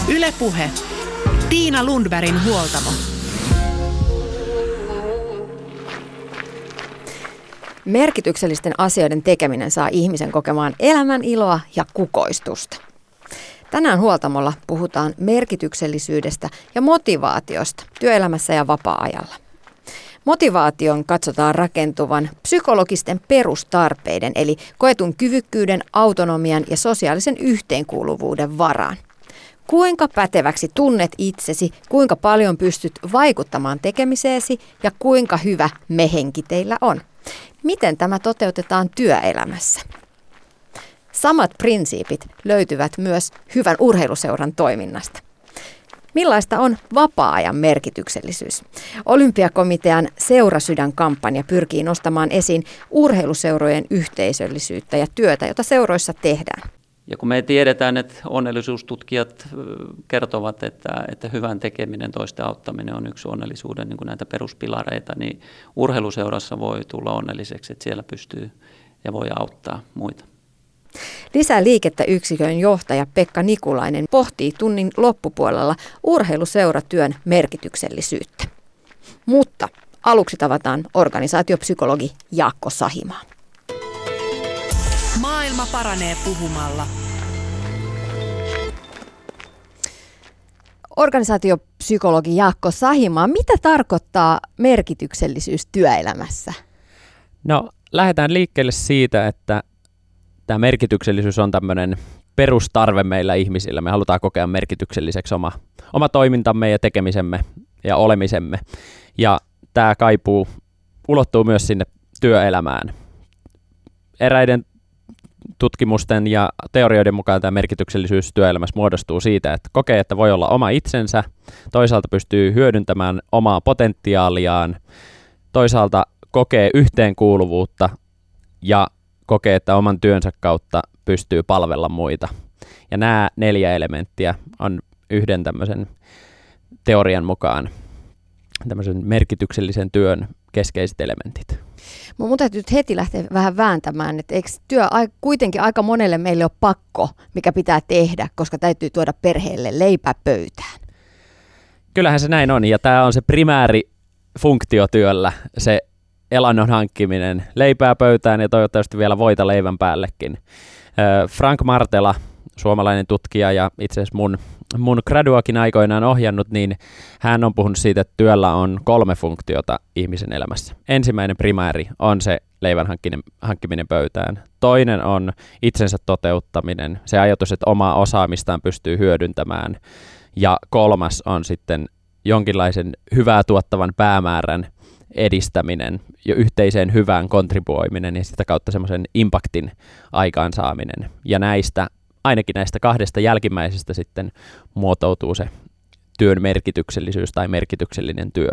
Yle Puhe. Tiina Lundbergin huoltamo. Merkityksellisten asioiden tekeminen saa ihmisen kokemaan elämän iloa ja kukoistusta. Tänään huoltamolla puhutaan merkityksellisyydestä ja motivaatiosta työelämässä ja vapaa-ajalla. Motivaation katsotaan rakentuvan psykologisten perustarpeiden eli koetun kyvykkyyden, autonomian ja sosiaalisen yhteenkuuluvuuden varaan. Kuinka päteväksi tunnet itsesi, kuinka paljon pystyt vaikuttamaan tekemiseesi ja kuinka hyvä mehenki teillä on. Miten tämä toteutetaan työelämässä? Samat prinsiipit löytyvät myös hyvän urheiluseuran toiminnasta. Millaista on vapaa-ajan merkityksellisyys? Olympiakomitean Seurasydän-kampanja pyrkii nostamaan esiin urheiluseurojen yhteisöllisyyttä ja työtä, jota seuroissa tehdään. Ja kun me tiedetään, että onnellisuustutkijat kertovat, että hyvän tekeminen, toisten auttaminen on yksi onnellisuuden niin kuin näitä peruspilareita, niin urheiluseurassa voi tulla onnelliseksi, että siellä pystyy ja voi auttaa muita. Lisää liikettä yksikön johtaja Pekka Nikulainen pohtii tunnin loppupuolella urheiluseuratyön merkityksellisyyttä. Mutta aluksi tavataan organisaatiopsykologi Jaakko Sahimaa. Maailma paranee puhumalla. Organisaatiopsykologi Jaakko Sahimaa, mitä tarkoittaa merkityksellisyys työelämässä? No, lähdetään liikkeelle siitä, että tämä merkityksellisyys on tämmöinen perustarve meillä ihmisillä. Me halutaan kokea merkitykselliseksi oma toimintamme ja tekemisemme ja olemisemme. Ja tämä kaipuu ulottuu myös sinne työelämään. Eräiden tutkimusten ja teorioiden mukaan tämä merkityksellisyys työelämässä muodostuu siitä, että kokee, että voi olla oma itsensä, toisaalta pystyy hyödyntämään omaa potentiaaliaan, toisaalta kokee yhteenkuuluvuutta ja kokee, että oman työnsä kautta pystyy palvella muita. Ja nämä 4 elementtiä on yhden tämmöisen teorian mukaan tämmöisen merkityksellisen työn keskeiset elementit. Mun täytyy nyt heti lähteä vähän vääntämään, että eikö työ kuitenkin aika monelle meille ole pakko, mikä pitää tehdä, koska täytyy tuoda perheelle leipää pöytään? Kyllähän se näin on, ja tämä on se primääri funktio työllä, se elannon hankkiminen, leipää pöytään ja toivottavasti vielä voita leivän päällekin. Frank Martela, suomalainen tutkija ja itse asiassa mun graduakin aikoinaan ohjannut, niin hän on puhunut siitä, että työllä on 3 funktiota ihmisen elämässä. Ensimmäinen primääri on se leivän hankkiminen pöytään. Toinen on itsensä toteuttaminen, se ajatus, että omaa osaamistaan pystyy hyödyntämään. Ja 3 on sitten jonkinlaisen hyvää tuottavan päämäärän edistäminen ja yhteiseen hyvään kontribuoiminen ja sitä kautta semmoisen impaktin aikaansaaminen. Ja ainakin näistä 2 jälkimmäisestä sitten muotoutuu se työn merkityksellisyys tai merkityksellinen työ.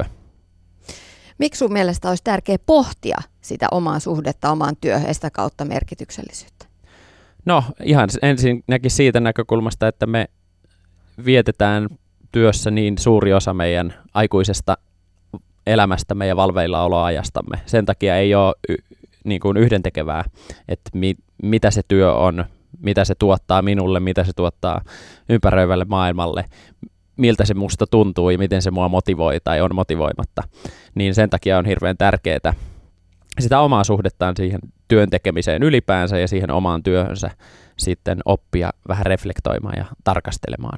Miksi sun mielestä olisi tärkeää pohtia sitä omaa suhdetta omaan työhön ja sitä kautta merkityksellisyyttä? No ihan ensinnäkin siitä näkökulmasta, että me vietetään työssä niin suuri osa meidän aikuisesta elämästämme ja valveillaoloajastamme. Sen takia ei ole niin kuin yhdentekevää, että mitä se työ on, mitä se tuottaa minulle, mitä se tuottaa ympäröivälle maailmalle, miltä se musta tuntuu ja miten se mua motivoi tai on motivoimatta. Niin sen takia on hirveän tärkeää sitä omaa suhdettaan siihen työn tekemiseen ylipäänsä ja siihen omaan työhönsä sitten oppia vähän reflektoimaan ja tarkastelemaan.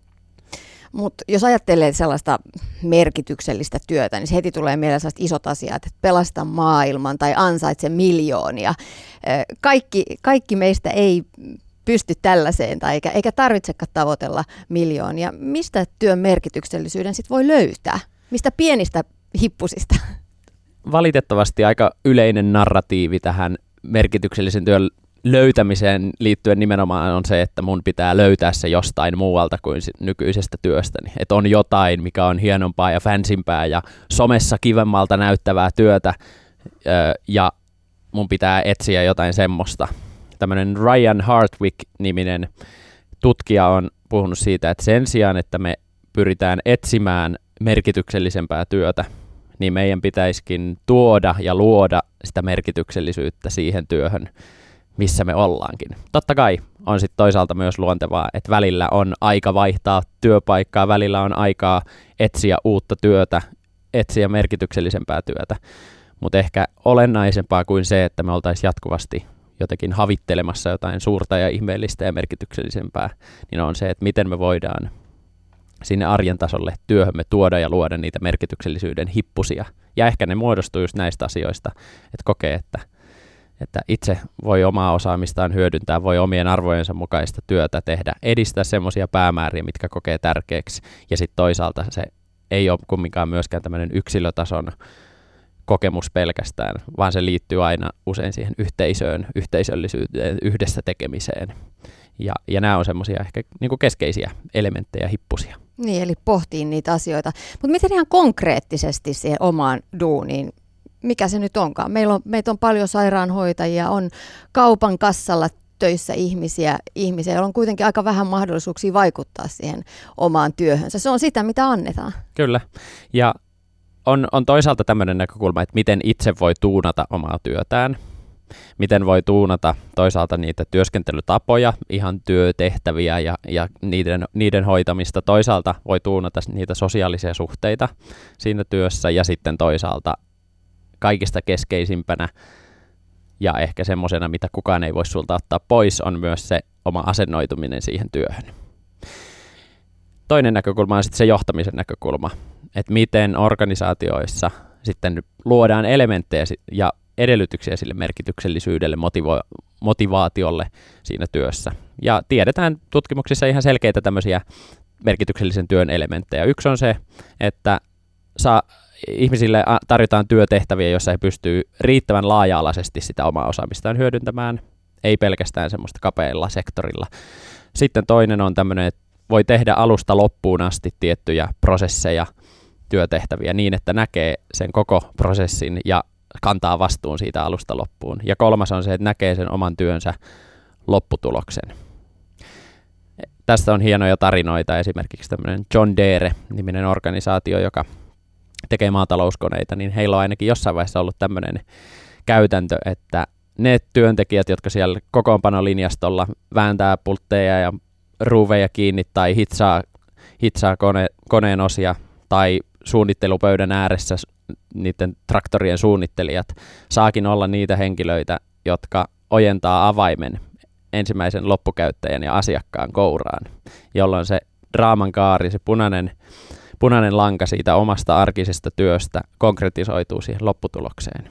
Mutta jos ajattelee sellaista merkityksellistä työtä, niin se heti tulee mieleen sellaiset isot asiat, että pelasta maailman tai ansaitse miljoonia. Kaikki meistä ei pysty tällaiseen eikä tarvitsekaan tavoitella miljoonia. Mistä työn merkityksellisyyden sit voi löytää? Mistä pienistä hippusista? Valitettavasti aika yleinen narratiivi tähän merkityksellisen työn löytämiseen liittyen nimenomaan on se, että mun pitää löytää se jostain muualta kuin nykyisestä työstäni. Että on jotain, mikä on hienompaa ja fansimpää ja somessa kivemmalta näyttävää työtä ja mun pitää etsiä jotain semmoista. Tämmöinen Ryan Hartwig-niminen tutkija on puhunut siitä, että sen sijaan, että me pyritään etsimään merkityksellisempää työtä, niin meidän pitäisikin tuoda ja luoda sitä merkityksellisyyttä siihen työhön. missä me ollaankin. Totta kai on sitten toisaalta myös luontevaa, että välillä on aika vaihtaa työpaikkaa, välillä on aikaa etsiä uutta työtä, etsiä merkityksellisempää työtä, mutta ehkä olennaisempaa kuin se, että me oltaisiin jatkuvasti jotenkin havittelemassa jotain suurta ja ihmeellistä ja merkityksellisempää, niin on se, että miten me voidaan sinne arjen tasolle työhömme tuoda ja luoda niitä merkityksellisyyden hippusia. Ja ehkä ne muodostuu just näistä asioista, että kokee, että itse voi omaa osaamistaan hyödyntää, voi omien arvojensa mukaista työtä tehdä, edistää semmoisia päämääriä, mitkä kokee tärkeäksi. Ja sitten toisaalta se ei ole kumminkaan myöskään tämmöinen yksilötason kokemus pelkästään, vaan se liittyy aina usein siihen yhteisöön, yhteisöllisyyteen, yhdessä tekemiseen. Ja nämä on semmoisia ehkä niin kuin keskeisiä elementtejä, hippusia. Niin, eli pohtii niitä asioita. Mutta miten ihan konkreettisesti siihen omaan duuniin, mikä se nyt onkaan? Meitä on paljon sairaanhoitajia, on kaupan kassalla töissä ihmisiä, joilla on kuitenkin aika vähän mahdollisuuksia vaikuttaa siihen omaan työhönsä. Se on sitä, mitä annetaan. Kyllä, ja on toisaalta tämmöinen näkökulma, että miten itse voi tuunata omaa työtään, miten voi tuunata toisaalta niitä työskentelytapoja, ihan työtehtäviä ja niiden hoitamista. Toisaalta voi tuunata niitä sosiaalisia suhteita siinä työssä ja sitten toisaalta kaikista keskeisimpänä ja ehkä semmoisena, mitä kukaan ei voi sulta ottaa pois, on myös se oma asennoituminen siihen työhön. Toinen näkökulma on sitten se johtamisen näkökulma, että miten organisaatioissa sitten luodaan elementtejä ja edellytyksiä sille merkityksellisyydelle, motivaatiolle siinä työssä. Ja tiedetään tutkimuksissa ihan selkeitä tämmöisiä merkityksellisen työn elementtejä. Yksi on se, että ihmisille tarjotaan työtehtäviä, joissa he pystyy riittävän laaja-alaisesti sitä omaa osaamistaan hyödyntämään, ei pelkästään semmoista kapealla sektorilla. Sitten toinen on tämmöinen, että voi tehdä alusta loppuun asti tiettyjä prosesseja, työtehtäviä niin, että näkee sen koko prosessin ja kantaa vastuun siitä alusta loppuun. Ja kolmas on se, että näkee sen oman työnsä lopputuloksen. Tästä on hienoja tarinoita, esimerkiksi tämmöinen John Deere-niminen organisaatio, joka tekee maatalouskoneita, niin heillä on ainakin jossain vaiheessa ollut tämmöinen käytäntö, että ne työntekijät, jotka siellä kokoonpanolinjastolla vääntää pultteja ja ruuveja kiinni tai hitsaa koneen osia tai suunnittelupöydän ääressä niiden traktorien suunnittelijat, saakin olla niitä henkilöitä, jotka ojentaa avaimen ensimmäisen loppukäyttäjän ja asiakkaan kouraan, jolloin se draaman kaari, se punainen lanka siitä omasta arkisesta työstä konkretisoituu siihen lopputulokseen.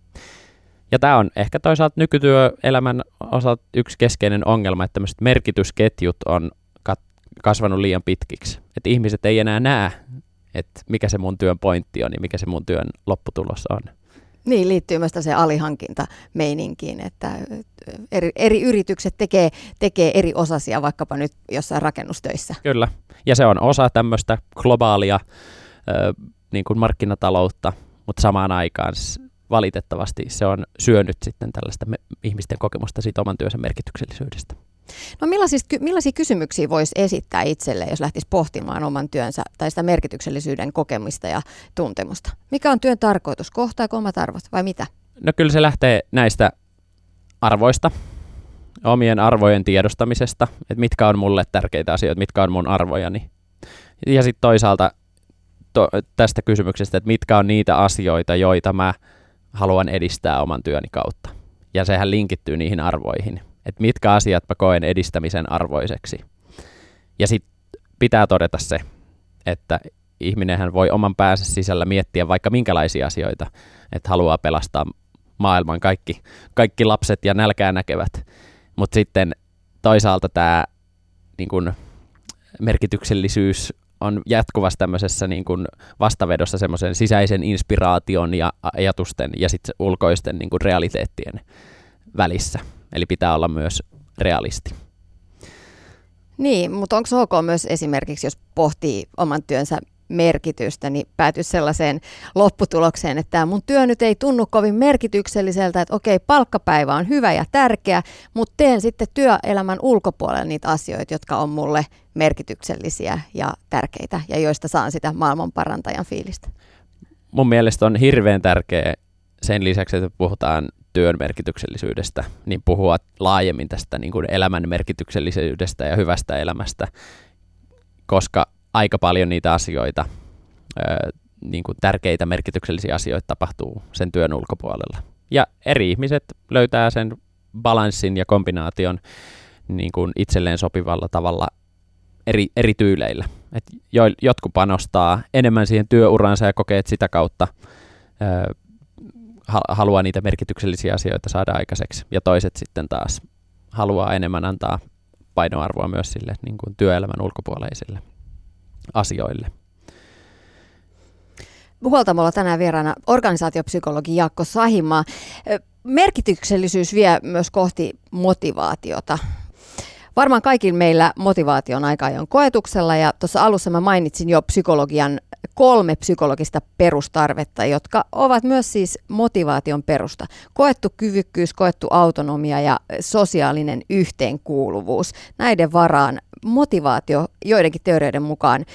Ja tämä on ehkä toisaalta nykytyöelämän osalta yksi keskeinen ongelma, että tämmöiset merkitysketjut on kasvanut liian pitkiksi. Että ihmiset ei enää näe, että mikä se mun työn pointti on ja mikä se mun työn lopputulos on. Niin, liittyy myös se alihankintameininkiin, että eri yritykset tekee eri osasia vaikkapa nyt jossain rakennustöissä. Kyllä, ja se on osa tämmöistä globaalia niin kuin markkinataloutta, mutta samaan aikaan valitettavasti se on syönyt sitten tällaista ihmisten kokemusta siitä oman työnsä merkityksellisyydestä. No millaisia kysymyksiä voisi esittää itselle, jos lähtisi pohtimaan oman työnsä tai sitä merkityksellisyyden kokemista ja tuntemusta? Mikä on työn tarkoitus? Kohtaako omat arvot vai mitä? No kyllä se lähtee näistä arvoista, omien arvojen tiedostamisesta, että mitkä on mulle tärkeitä asioita, mitkä on mun arvojani. Ja sitten toisaalta tästä kysymyksestä, että mitkä on niitä asioita, joita mä haluan edistää oman työni kautta. Ja sehän linkittyy niihin arvoihin. Että mitkä asiat mä koen edistämisen arvoiseksi. Ja sitten pitää todeta se, että ihminenhän voi oman päänsä sisällä miettiä vaikka minkälaisia asioita, että haluaa pelastaa maailman kaikki lapset ja nälkää näkevät. Mutta sitten toisaalta tämä niin kun merkityksellisyys on jatkuvassa tämmöisessä niin kun vastavedossa semmoisen sisäisen inspiraation ja ajatusten ja sitten ulkoisten niin kun realiteettien välissä. Eli pitää olla myös realisti. Niin, mutta onko ok myös esimerkiksi, jos pohtii oman työnsä merkitystä, niin päätyisi sellaiseen lopputulokseen, että tämä mun työ nyt ei tunnu kovin merkitykselliseltä, että okei, palkkapäivä on hyvä ja tärkeä, mutta teen sitten työelämän ulkopuolella niitä asioita, jotka on mulle merkityksellisiä ja tärkeitä ja joista saan sitä maailmanparantajan fiilistä. Mun mielestä on hirveän tärkeä sen lisäksi, että puhutaan työn merkityksellisyydestä, niin puhua laajemmin tästä niin kuin elämän merkityksellisyydestä ja hyvästä elämästä, koska aika paljon niitä asioita, niin kuin tärkeitä merkityksellisiä asioita tapahtuu sen työn ulkopuolella. Ja eri ihmiset löytää sen balanssin ja kombinaation niin kuin itselleen sopivalla tavalla eri tyyleillä. Et jotkut panostaa enemmän siihen työuraansa ja kokee, että sitä kautta haluaa niitä merkityksellisiä asioita saada aikaiseksi. Ja toiset sitten taas haluaa enemmän antaa painoarvoa myös sille niin kuin työelämän ulkopuoleisille asioille. Huoltamolla tänään vieraana organisaatiopsykologi Jaakko Sahimaa. Merkityksellisyys vie myös kohti motivaatiota. Varmaan kaikilla meillä motivaatio on aika ajoin koetuksella, ja tuossa alussa mä mainitsin jo psykologian 3 psykologista perustarvetta, jotka ovat myös siis motivaation perusta. Koettu kyvykkyys, koettu autonomia ja sosiaalinen yhteenkuuluvuus. Näiden varaan motivaatio joidenkin teorioiden mukaan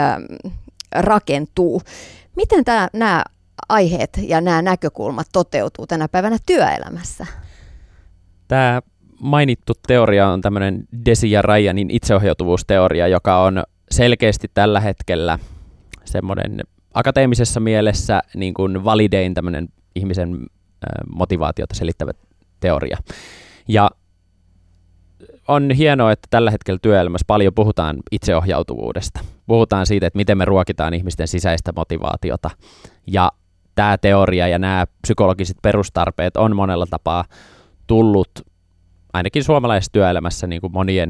rakentuu. Miten nämä aiheet ja nämä näkökulmat toteutuu tänä päivänä työelämässä? Tämä mainittu teoria on tämmöinen Desi ja Ryanin itseohjautuvuusteoria, joka on selkeästi tällä hetkellä semmoinen akateemisessa mielessä niin kuin validein tämmöinen ihmisen motivaatiota selittävä teoria. Ja on hienoa, että tällä hetkellä työelämässä paljon puhutaan itseohjautuvuudesta. Puhutaan siitä, että miten me ruokitaan ihmisten sisäistä motivaatiota. Ja tämä teoria ja nämä psykologiset perustarpeet on monella tapaa tullut ainakin suomalaisessa työelämässä niin kuin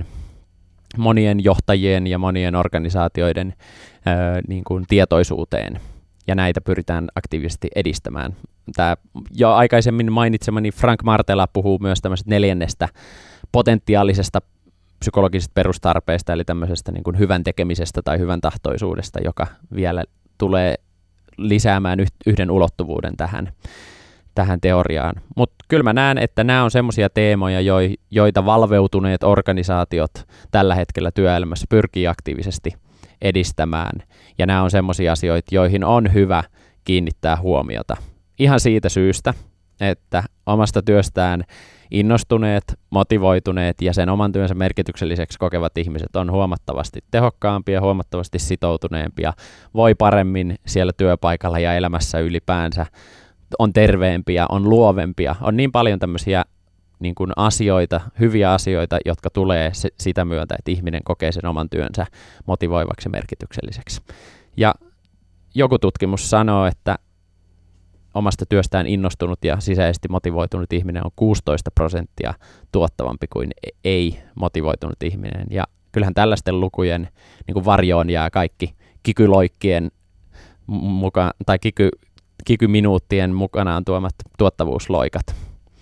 monien johtajien ja monien organisaatioiden niin kuin tietoisuuteen. Ja näitä pyritään aktiivisesti edistämään. Tämä jo aikaisemmin mainitsemani Frank Martela puhuu myös tämmöisestä 4. potentiaalisesta psykologisesta perustarpeesta, eli tämmöisestä niin kuin hyvän tekemisestä tai hyvän tahtoisuudesta, joka vielä tulee lisäämään yhden ulottuvuuden tähän teoriaan. Mutta kyllä mä näen, että nämä on semmoisia teemoja, joita valveutuneet organisaatiot tällä hetkellä työelämässä pyrkii aktiivisesti edistämään. Ja nämä on semmoisia asioita, joihin on hyvä kiinnittää huomiota. Ihan siitä syystä, että omasta työstään innostuneet, motivoituneet ja sen oman työnsä merkitykselliseksi kokevat ihmiset on huomattavasti tehokkaampia, huomattavasti sitoutuneempia, voi paremmin siellä työpaikalla ja elämässä ylipäänsä, on terveempiä, on luovempia, on niin paljon tämmöisiä niin kuin asioita, hyviä asioita, jotka tulee sitä myötä, että ihminen kokee sen oman työnsä motivoivaksi ja merkitykselliseksi. Ja joku tutkimus sanoo, että omasta työstään innostunut ja sisäisesti motivoitunut ihminen on 16% tuottavampi kuin ei-motivoitunut ihminen. Ja kyllähän tällaisten lukujen niin kuin varjoon jää kaikki kikyloikkien mukaan, tai kikyminuuttien mukanaan tuomat tuottavuusloikat.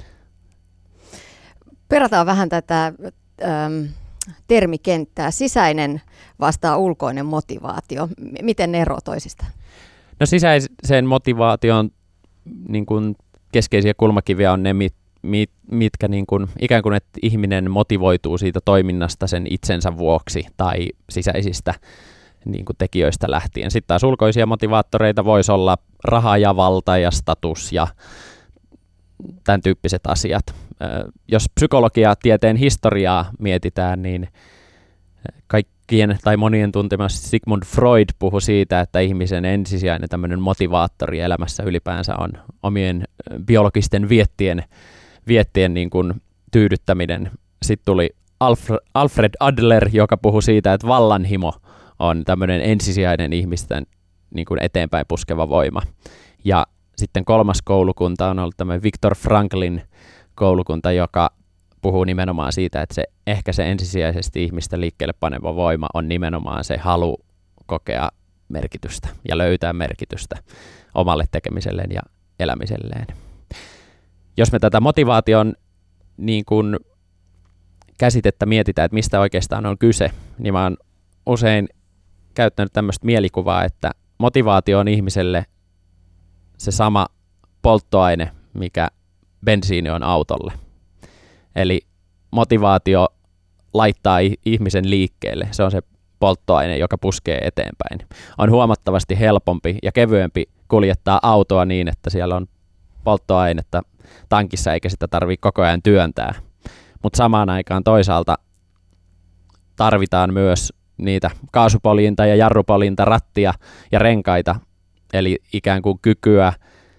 Perataan vähän tätä termikenttää. Sisäinen vastaa ulkoinen motivaatio. Miten ne eroavat toisistaan? No sisäisen motivaation niin kuin keskeisiä kulmakiviä on ne, mitkä niin kuin, ikään kuin, että ihminen motivoituu siitä toiminnasta sen itsensä vuoksi tai sisäisistä niin kuin tekijöistä lähtien. Sitten taas ulkoisia motivaattoreita voisi olla raha ja valta ja status ja tämän tyyppiset asiat. Jos psykologiatieteen historiaa mietitään, niin kaikkien tai monien tuntemassa Sigmund Freud puhui siitä, että ihmisen ensisijainen tämmöinen motivaattori elämässä ylipäänsä on omien biologisten viettien niin kuin tyydyttäminen. Sitten tuli Alfred Adler, joka puhui siitä, että vallanhimo on tämmöinen ensisijainen ihmisten niin kuin eteenpäin puskeva voima. Ja sitten 3. koulukunta on ollut tämmöinen Viktor Franklin koulukunta, joka puhuu nimenomaan siitä, että se ensisijaisesti ihmistä liikkeelle paneva voima on nimenomaan se halu kokea merkitystä ja löytää merkitystä omalle tekemiselleen ja elämiselleen. Jos me tätä motivaation niin kuin käsitettä mietitään, että mistä oikeastaan on kyse, niin mä oon usein käyttänyt tämmöistä mielikuvaa, että motivaatio on ihmiselle se sama polttoaine, mikä bensiini on autolle. Eli motivaatio laittaa ihmisen liikkeelle. Se on se polttoaine, joka puskee eteenpäin. On huomattavasti helpompi ja kevyempi kuljettaa autoa niin, että siellä on polttoainetta tankissa eikä sitä tarvitse koko ajan työntää. Mutta samaan aikaan toisaalta tarvitaan myös niitä kaasupoljinta ja jarrupoljinta, rattia ja renkaita, eli ikään kuin kykyä,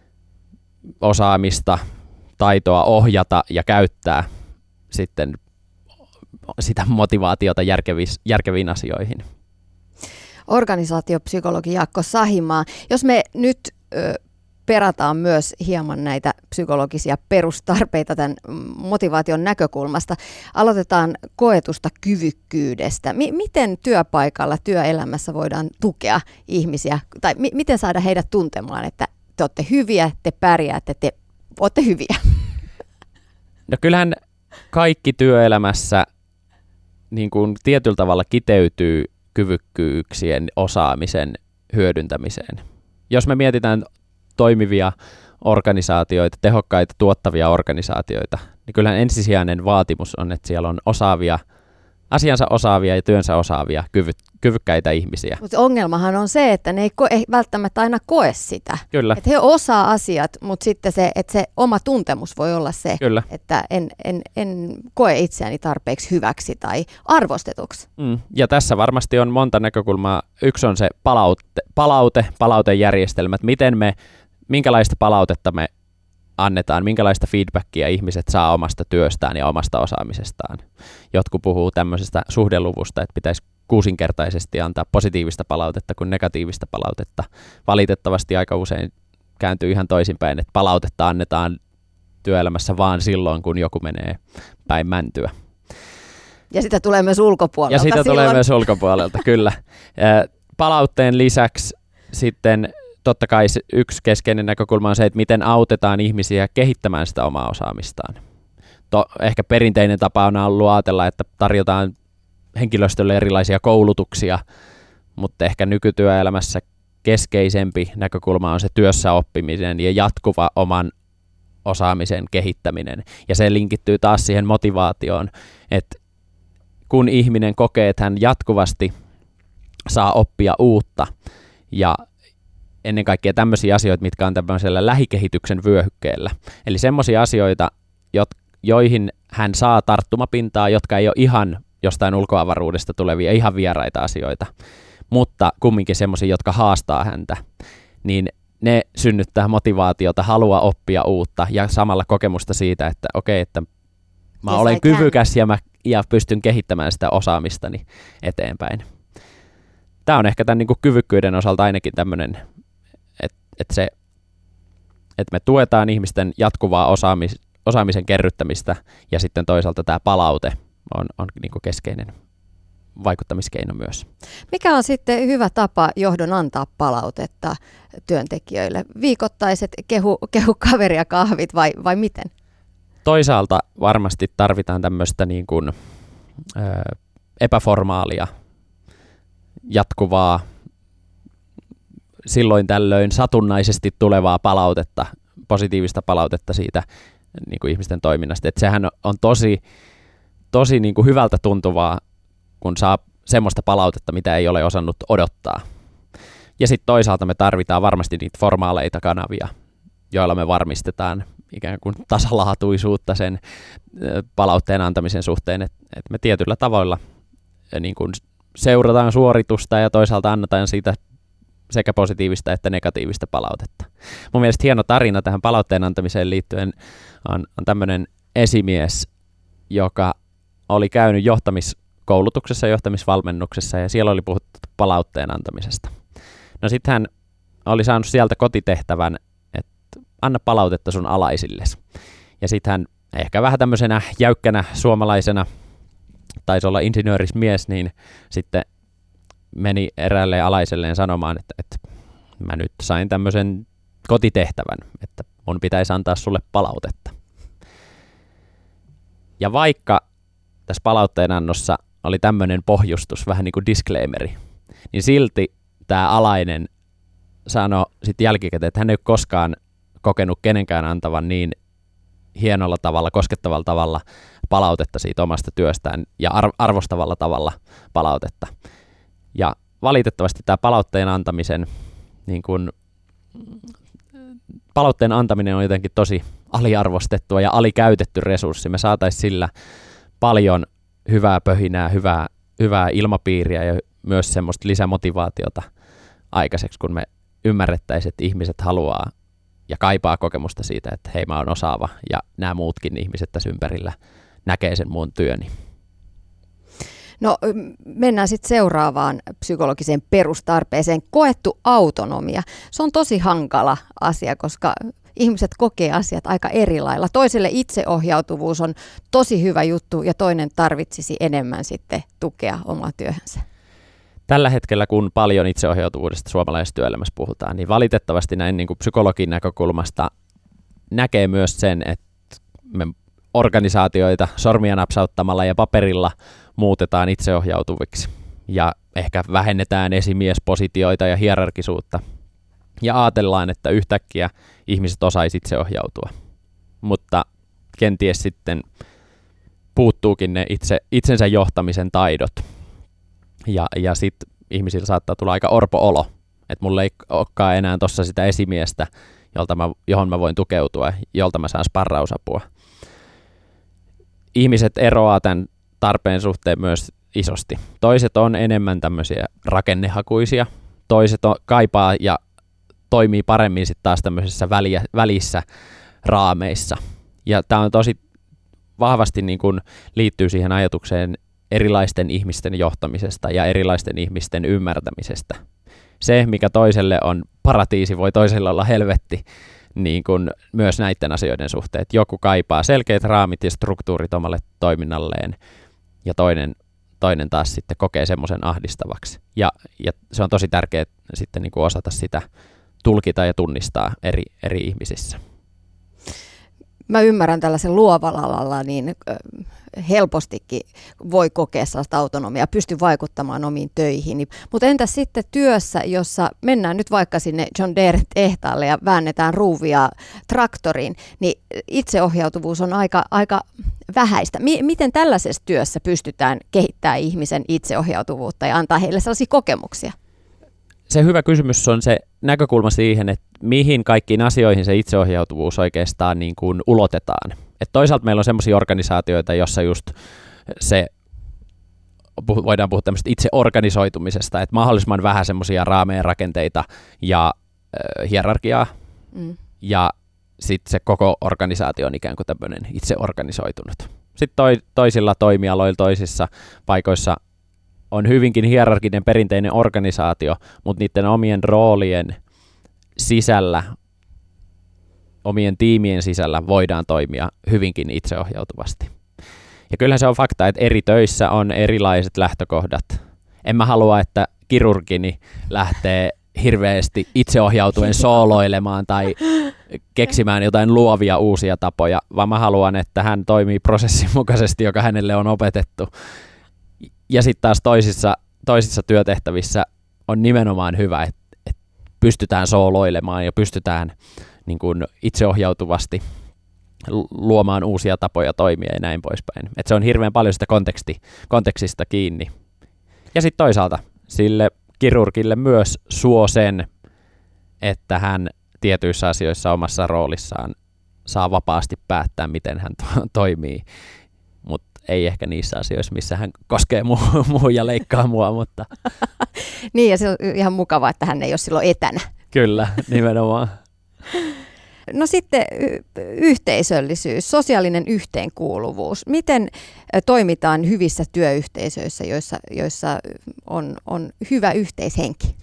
osaamista, taitoa ohjata ja käyttää sitten sitä motivaatiota järkeviin asioihin. Organisaatiopsykologi Jaakko Sahimaa. Jos me nyt perataan myös hieman näitä psykologisia perustarpeita tämän motivaation näkökulmasta. Aloitetaan koetusta kyvykkyydestä. Miten työpaikalla, työelämässä voidaan tukea ihmisiä, tai miten saada heidät tuntemaan, että te olette hyviä, te pärjäätte, te olette hyviä? No kyllähän kaikki työelämässä niin kuin tietyllä tavalla kiteytyy kyvykkyyksien osaamisen hyödyntämiseen. Jos me mietitään toimivia organisaatioita, tehokkaita, tuottavia organisaatioita, niin kyllähän ensisijainen vaatimus on, että siellä on asiansa osaavia ja työnsä osaavia, kyvykkäitä ihmisiä. Mutta ongelmahan on se, että ne ei välttämättä aina koe sitä. Kyllä. Että he osaa asiat, mutta sitten että se oma tuntemus voi olla se, Kyllä. että en koe itseäni tarpeeksi hyväksi tai arvostetuksi. Ja tässä varmasti on monta näkökulmaa. Yksi on se palautejärjestelmät, minkälaista palautetta me annetaan, minkälaista feedbackia ihmiset saa omasta työstään ja omasta osaamisestaan. Jotkut puhuu tämmöisestä suhdeluvusta, että pitäisi 6-kertaisesti antaa positiivista palautetta kuin negatiivista palautetta. Valitettavasti aika usein kääntyy ihan toisinpäin, että palautetta annetaan työelämässä vaan silloin, kun joku menee päin mäntyä. Ja sitä tulee myös ulkopuolelta. Ja sitä tulee myös ulkopuolelta, kyllä. Palautteen lisäksi sitten totta kai yksi keskeinen näkökulma on se, että miten autetaan ihmisiä kehittämään sitä omaa osaamistaan. Ehkä perinteinen tapa on ollut ajatella, että tarjotaan henkilöstölle erilaisia koulutuksia, mutta ehkä nykytyöelämässä keskeisempi näkökulma on se työssäoppiminen ja jatkuva oman osaamisen kehittäminen. Ja se linkittyy taas siihen motivaatioon, että kun ihminen kokee, että hän jatkuvasti saa oppia uutta ja ennen kaikkea tämmöisiä asioita, mitkä on tämmöisellä lähikehityksen vyöhykkeellä. Eli semmoisia asioita, joihin hän saa tarttumapintaa, jotka ei ole ihan jostain ulkoavaruudesta tulevia, ihan vieraita asioita, mutta kumminkin semmoisia, jotka haastaa häntä, niin ne synnyttää motivaatiota, halua oppia uutta ja samalla kokemusta siitä, että okei, että mä olen kyvykäs ja pystyn kehittämään sitä osaamistani eteenpäin. Tämä on ehkä tämän niin kuin kyvykkyyden osalta ainakin tämmöinen, että me tuetaan ihmisten jatkuvaa osaamisen kerryttämistä ja sitten toisaalta tämä palaute on niin kuin keskeinen vaikuttamiskeino myös. Mikä on sitten hyvä tapa johdon antaa palautetta työntekijöille? Viikoittaiset kehu kaveria kahvit vai miten? Toisaalta varmasti tarvitaan tämmöistä niin kuin, epäformaalia, jatkuvaa, silloin tällöin satunnaisesti tulevaa palautetta, positiivista palautetta siitä niin kuin ihmisten toiminnasta. Et sehän on tosi niin kuin hyvältä tuntuvaa, kun saa semmoista palautetta, mitä ei ole osannut odottaa. Ja sitten toisaalta me tarvitaan varmasti niitä formaaleita kanavia, joilla me varmistetaan ikään kuin tasalaatuisuutta sen palautteen antamisen suhteen, että me tietyllä tavoilla niin kuin seurataan suoritusta ja toisaalta annetaan siitä sekä positiivista että negatiivista palautetta. Mun mielestä hieno tarina tähän palautteen antamiseen liittyen on tämmöinen esimies, joka oli käynyt johtamiskoulutuksessa, johtamisvalmennuksessa ja siellä oli puhuttu palautteen antamisesta. No sitten hän oli saanut sieltä kotitehtävän, että anna palautetta sun alaisillesi. Ja sitten hän ehkä vähän tämmöisenä jäykkänä suomalaisena, taisi olla insinöörismies, niin sitten meni eräälle alaiselleen sanomaan, että mä nyt sain tämmöisen kotitehtävän, että mun pitäisi antaa sulle palautetta. Ja vaikka tässä palautteen annossa oli tämmöinen pohjustus, vähän niin kuin disclaimeri, niin silti tämä alainen sanoi sitten jälkikäteen, että hän ei ole koskaan kokenut kenenkään antavan niin hienolla tavalla, koskettavalla tavalla palautetta siitä omasta työstään ja arvostavalla tavalla palautetta. Ja valitettavasti tämä palautteen antamisen niin kuin palautteen antaminen on jotenkin tosi aliarvostettua ja alikäytetty resurssi. Me saataisiin sillä paljon hyvää pöhinää, hyvää ilmapiiriä ja myös semmoista lisämotivaatiota aikaiseksi, kun me ymmärrettäisiin, että ihmiset haluaa ja kaipaa kokemusta siitä, että hei, mä oon osaava ja nämä muutkin ihmiset tässä ympärillä näkee sen mun työni. No mennään sitten seuraavaan psykologiseen perustarpeeseen, koettu autonomia. Se on tosi hankala asia, koska ihmiset kokee asiat aika eri lailla. Toiselle itseohjautuvuus on tosi hyvä juttu ja toinen tarvitsisi enemmän sitten tukea omaa työhönsä. Tällä hetkellä, kun paljon itseohjautuvuudesta suomalaisessa työelämässä puhutaan, niin valitettavasti näin niin kuin psykologin näkökulmasta näkee myös sen, että me organisaatioita sormia napsauttamalla ja paperilla muutetaan itseohjautuviksi ja ehkä vähennetään esimiespositioita ja hierarkisuutta ja ajatellaan, että yhtäkkiä ihmiset osaisi itseohjautua, mutta kenties sitten puuttuukin ne itsensä johtamisen taidot ja sitten ihmisillä saattaa tulla aika orpo-olo, että mulla ei olekaan enää tuossa sitä esimiestä, johon mä voin tukeutua, jolta mä saan sparrausapua. Ihmiset eroaa tämän tarpeen suhteen myös isosti. Toiset on enemmän tämmöisiä rakennehakuisia, toiset kaipaa ja toimii paremmin sitten taas tämmöisissä välissä raameissa. Ja tämä on tosi vahvasti niin kun liittyy siihen ajatukseen erilaisten ihmisten johtamisesta ja erilaisten ihmisten ymmärtämisestä. Se, mikä toiselle on paratiisi, voi toiselle olla helvetti, niin kuin myös näiden asioiden suhteen. Joku kaipaa selkeät raamit ja struktuurit omalle toiminnalleen ja toinen taas sitten kokee semmoisen ahdistavaksi. Ja se on tosi tärkeää sitten niin kuin osata sitä tulkita ja tunnistaa eri ihmisissä. Mä ymmärrän tällaisen luovalla alalla, niin helpostikin voi kokea sellaista autonomiaa, pysty vaikuttamaan omiin töihin. Mutta entäs sitten työssä, jossa mennään nyt vaikka sinne John Deere-tehtaalle ja väännetään ruuvia traktoriin, niin itseohjautuvuus on aika vähäistä. Miten tällaisessa työssä pystytään kehittämään ihmisen itseohjautuvuutta ja antaa heille sellaisia kokemuksia? Se hyvä kysymys on se näkökulma siihen, että mihin kaikkiin asioihin se itseohjautuvuus oikeastaan niin kuin ulotetaan. Et toisaalta meillä on sellaisia organisaatioita, jossa just se, voidaan puhua tämmöistä itseorganisoitumisesta, että mahdollisimman vähän semmoisia raameja, rakenteita ja hierarkiaa. Ja sitten se koko organisaatio on ikään kuin tämmöinen itseorganisoitunut. Sitten toisilla toimialoilla, toisissa paikoissa on hyvinkin hierarkinen perinteinen organisaatio, mutta niiden omien roolien sisällä, omien tiimien sisällä voidaan toimia hyvinkin itseohjautuvasti. Ja kyllähän se on fakta, että eri töissä on erilaiset lähtökohdat. En mä halua, että kirurgini lähtee hirveästi itseohjautuen sooloilemaan tai keksimään jotain luovia uusia tapoja, vaan mä haluan, että hän toimii prosessin mukaisesti, joka hänelle on opetettu. Ja sitten taas toisissa työtehtävissä on nimenomaan hyvä, että pystytään sooloilemaan ja pystytään niin kuin itseohjautuvasti luomaan uusia tapoja toimia ja näin poispäin. Et se on hirveän paljon sitä kontekstista kiinni. Ja sitten toisaalta sille kirurgille myös suo sen, että hän tietyissä asioissa omassa roolissaan saa vapaasti päättää, miten hän toimii. Mutta ei ehkä niissä asioissa, missä hän koskee muuhun ja leikkaa mua. Mutta. Niin, ja se on ihan mukavaa, että hän ei ole silloin etänä. Kyllä, nimenomaan. No sitten yhteisöllisyys, sosiaalinen yhteenkuuluvuus. Miten toimitaan hyvissä työyhteisöissä, joissa on hyvä yhteishenki?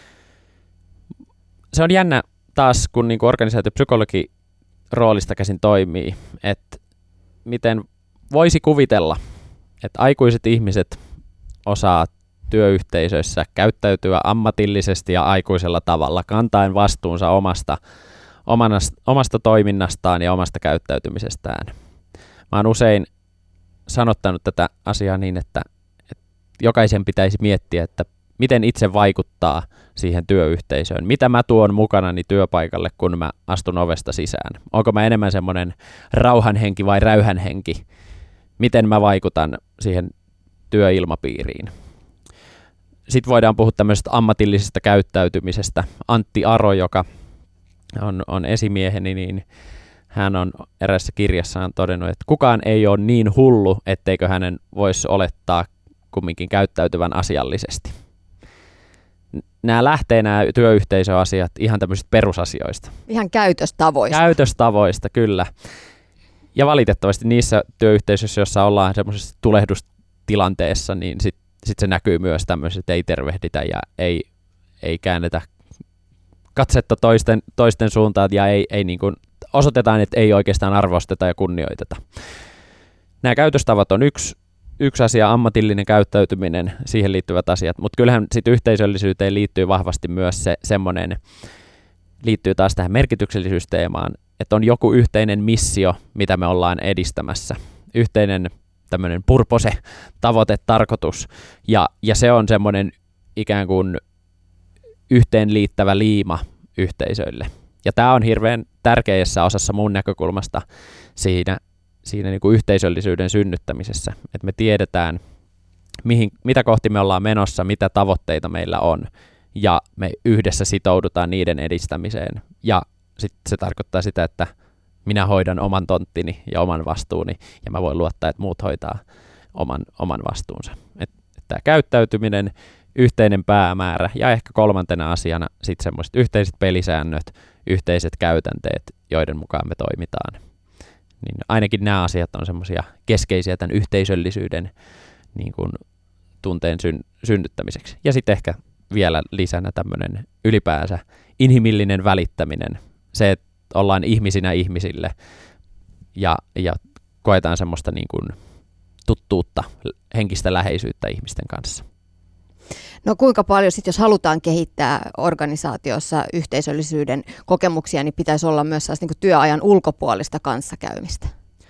Se on jännä taas, kun niin organisaatiopsykologi roolista käsin toimii, että miten voisi kuvitella, että aikuiset ihmiset osaa työyhteisöissä käyttäytyä ammatillisesti ja aikuisella tavalla, kantaen vastuunsa omasta toiminnastaan ja omasta käyttäytymisestään. Mä oon usein sanottanut tätä asiaa niin, että jokaisen pitäisi miettiä, että miten itse vaikuttaa siihen työyhteisöön. Mitä mä tuon mukanani työpaikalle, kun mä astun ovesta sisään? Onko mä enemmän semmoinen rauhanhenki vai räyhänhenki? Miten mä vaikutan siihen työilmapiiriin? Sitten voidaan puhua tämmöisestä ammatillisesta käyttäytymisestä. Antti Aro, joka on esimieheni, niin hän on erässä kirjassaan todennut, että kukaan ei ole niin hullu, etteikö hänen voisi olettaa kumminkin käyttäytyvän asiallisesti. Nämä työyhteisöasiat ihan tämmöisistä perusasioista. Ihan käytöstavoista. Käytöstavoista, kyllä. Ja valitettavasti niissä työyhteisöissä, joissa ollaan semmoisessa tulehdustilanteessa, niin sit se näkyy myös tämmöisessä, että ei tervehditä ja ei käännetä katsetta toisten suuntaan ja ei niin kuin osoitetaan, että ei oikeastaan arvosteta ja kunnioiteta. Nämä käytöstavat on yksi asia, ammatillinen käyttäytyminen, siihen liittyvät asiat, mutta kyllähän sitten yhteisöllisyyteen liittyy vahvasti myös se semmoinen, liittyy taas tähän merkityksellisyysteemaan, että on joku yhteinen missio, mitä me ollaan edistämässä. Yhteinen tämmöinen purpose, tavoite, tarkoitus, ja se on semmoinen ikään kuin yhteenliittävä liima yhteisöille. Ja tämä on hirveän tärkeässä osassa mun näkökulmasta siinä niin kuin yhteisöllisyyden synnyttämisessä, että me tiedetään, mitä kohti me ollaan menossa, mitä tavoitteita meillä on, ja me yhdessä sitoudutaan niiden edistämiseen. Ja sitten se tarkoittaa sitä, että minä hoidan oman tonttini ja oman vastuuni, ja mä voin luottaa, että muut hoitaa oman vastuunsa. Tämä käyttäytyminen, yhteinen päämäärä, ja ehkä kolmantena asiana sitten semmoiset yhteiset pelisäännöt, yhteiset käytänteet, joiden mukaan me toimitaan. Niin ainakin nämä asiat on semmoisia keskeisiä tämän yhteisöllisyyden niin kuin tunteen synnyttämiseksi. Ja sitten ehkä vielä lisänä tämmöinen ylipäänsä inhimillinen välittäminen. Se, että ollaan ihmisinä ihmisille ja koetaan semmoista niin kuin tuttuutta, henkistä läheisyyttä ihmisten kanssa. No kuinka paljon sitten, jos halutaan kehittää organisaatiossa yhteisöllisyyden kokemuksia, niin pitäisi olla myös niin kuin työajan ulkopuolista kanssakäymistä?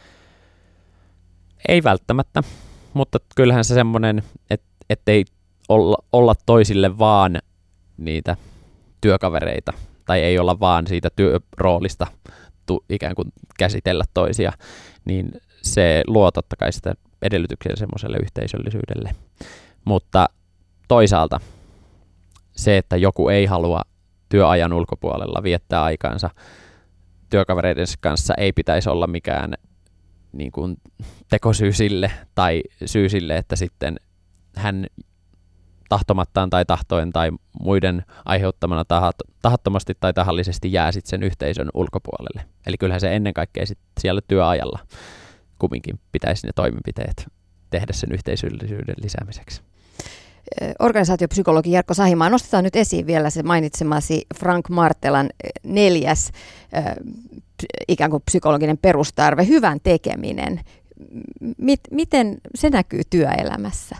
Ei välttämättä, mutta kyllähän se semmoinen, ettei olla toisille vaan niitä työkavereita tai ei olla vaan siitä työroolista ikään kuin käsitellä toisia, niin se luo totta kai sitä edellytyksiä semmoiselle yhteisöllisyydelle. Mutta toisaalta se, että joku ei halua työajan ulkopuolella viettää aikaansa työkavereidensa kanssa, ei pitäisi olla mikään niin kuin tekosyy sille tai syy sille, että sitten hän tahtomattaan tai tahtoen tai muiden aiheuttamana tahattomasti tai tahallisesti jää sitten sen yhteisön ulkopuolelle. Eli kyllähän se ennen kaikkea sit siellä työajalla kumminkin pitäisi ne toimenpiteet tehdä sen yhteisöllisyyden lisäämiseksi. Organisaatiopsykologi Jarkko Sahimaa, nostetaan nyt esiin vielä se mainitsemasi Frank Martelan 4. ikään kuin psykologinen perustarve, hyvän tekeminen. Miten se näkyy työelämässä?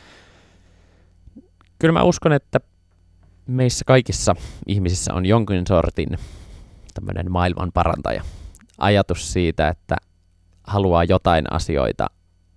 Kyllä mä uskon, että meissä kaikissa ihmisissä on jonkin sortin tämmöinen maailman parantaja. Ajatus siitä, että haluaa jotain asioita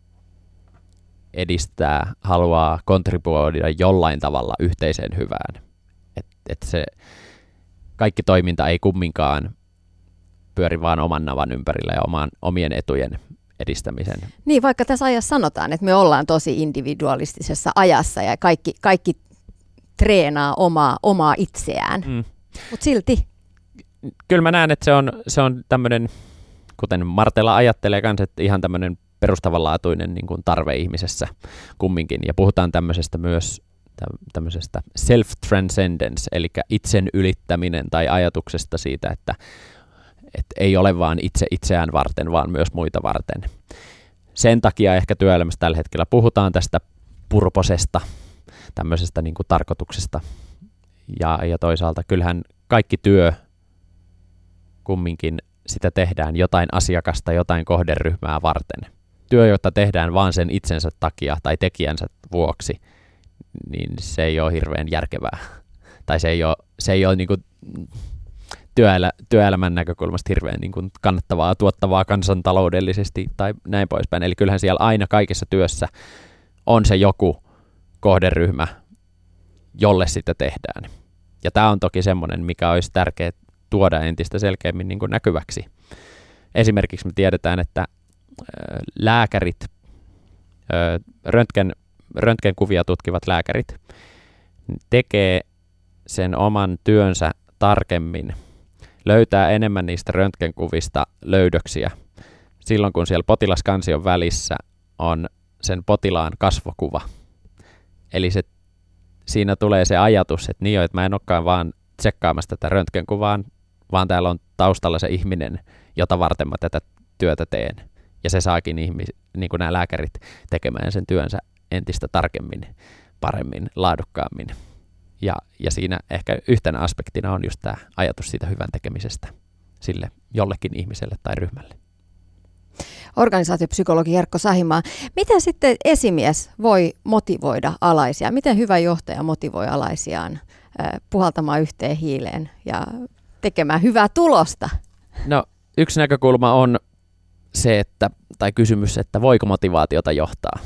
edistää, haluaa kontribuoida jollain tavalla yhteiseen hyvään. Että se kaikki toiminta ei kumminkaan pyöri vaan oman navan ympärillä ja omien etujen edistämisen. Niin, vaikka tässä ajassa sanotaan, että me ollaan tosi individualistisessa ajassa ja kaikki treenaa omaa itseään, mutta silti. Kyllä mä näen, että se on tämmöinen, kuten Martela ajattelee kanssa, että ihan tämmöinen perustavanlaatuinen niin kuin tarve ihmisessä kumminkin. Ja puhutaan tämmöisestä myös tämmöisestä self-transcendence, eli itsen ylittäminen tai ajatuksesta siitä, että ei ole vaan itseään varten, vaan myös muita varten. Sen takia ehkä työelämässä tällä hetkellä puhutaan tästä purposesta, tämmöisestä niin kuin tarkoituksesta. Ja toisaalta kyllähän kaikki työ kumminkin sitä tehdään jotain asiakasta, jotain kohderyhmää varten. Työ, jota tehdään vaan sen itsensä takia tai tekijänsä vuoksi, niin se ei ole hirveän järkevää. Tai se ei ole niin kuin työelämän näkökulmasta hirveän niin kuin kannattavaa, tuottavaa kansantaloudellisesti tai näin poispäin. Eli kyllähän siellä aina kaikessa työssä on se joku kohderyhmä, jolle sitä tehdään. Ja tämä on toki semmoinen, mikä olisi tärkeää tuoda entistä selkeämmin niin kuin näkyväksi. Esimerkiksi me tiedetään, että lääkärit, röntgenkuvia tutkivat lääkärit tekee sen oman työnsä tarkemmin löytää enemmän niistä röntgenkuvista löydöksiä silloin, kun siellä potilaskansion välissä on sen potilaan kasvokuva. Eli siinä tulee se ajatus, että niin että mä en olekaan vaan tsekkaamassa tätä röntgenkuvaa, vaan täällä on taustalla se ihminen, jota varten mä tätä työtä teen. Ja se saakin niin kuin nämä lääkärit tekemään sen työnsä entistä tarkemmin, paremmin, laadukkaammin. Ja siinä ehkä yhtenä aspektina on just tämä ajatus siitä hyvän tekemisestä sille jollekin ihmiselle tai ryhmälle. Organisaatiopsykologi Jarkko Sahimaa. Miten sitten esimies voi motivoida alaisia? Miten hyvä johtaja motivoi alaisiaan puhaltamaan yhteen hiileen ja tekemään hyvää tulosta? No, yksi näkökulma on se, tai kysymys, että voiko motivaatiota johtaa?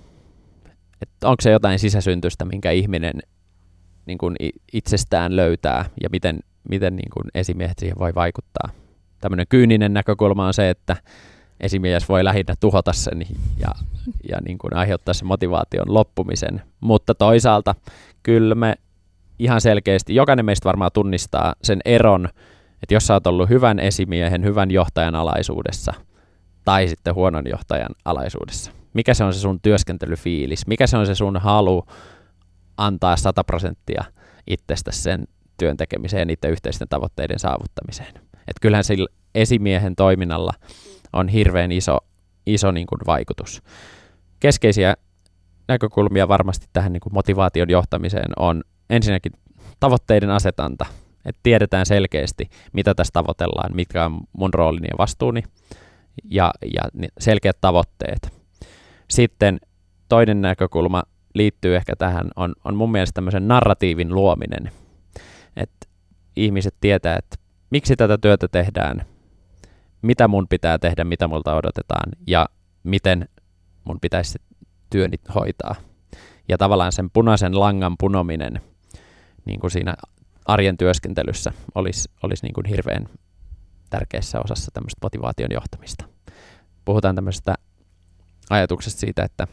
Että onko se jotain sisäsyntyistä, minkä ihminen niin kuin itsestään löytää ja miten niin kuin esimiehet siihen voi vaikuttaa. Tämmöinen kyyninen näkökulma on se, että esimies voi lähinnä tuhota sen ja niin kuin aiheuttaa sen motivaation loppumisen, mutta toisaalta kyllä me ihan selkeästi, jokainen meistä varmaan tunnistaa sen eron, että jos sä oot ollut hyvän esimiehen, hyvän johtajan alaisuudessa tai sitten huonon johtajan alaisuudessa, mikä se on se sun työskentelyfiilis, mikä se on se sun halu antaa 100% itsestä sen työn tekemiseen ja niiden yhteisten tavoitteiden saavuttamiseen. Et kyllähän sillä esimiehen toiminnalla on hirveän iso niin kuin vaikutus. Keskeisiä näkökulmia varmasti tähän niin kuin motivaation johtamiseen on ensinnäkin tavoitteiden asetanta, että tiedetään selkeästi, mitä tässä tavoitellaan, mitkä on mun roolini ja vastuuni ja selkeät tavoitteet. Sitten toinen näkökulma liittyy ehkä tähän, on mun mielestä tämmöisen narratiivin luominen, että ihmiset tietää, että miksi tätä työtä tehdään, mitä mun pitää tehdä, mitä multa odotetaan ja miten mun pitäisi työni hoitaa. Ja tavallaan sen punaisen langan punominen niin kuin siinä arjen työskentelyssä olisi niin kuin hirveän tärkeässä osassa tämmöistä motivaation johtamista. Puhutaan tämmöisestä ajatuksesta siitä, että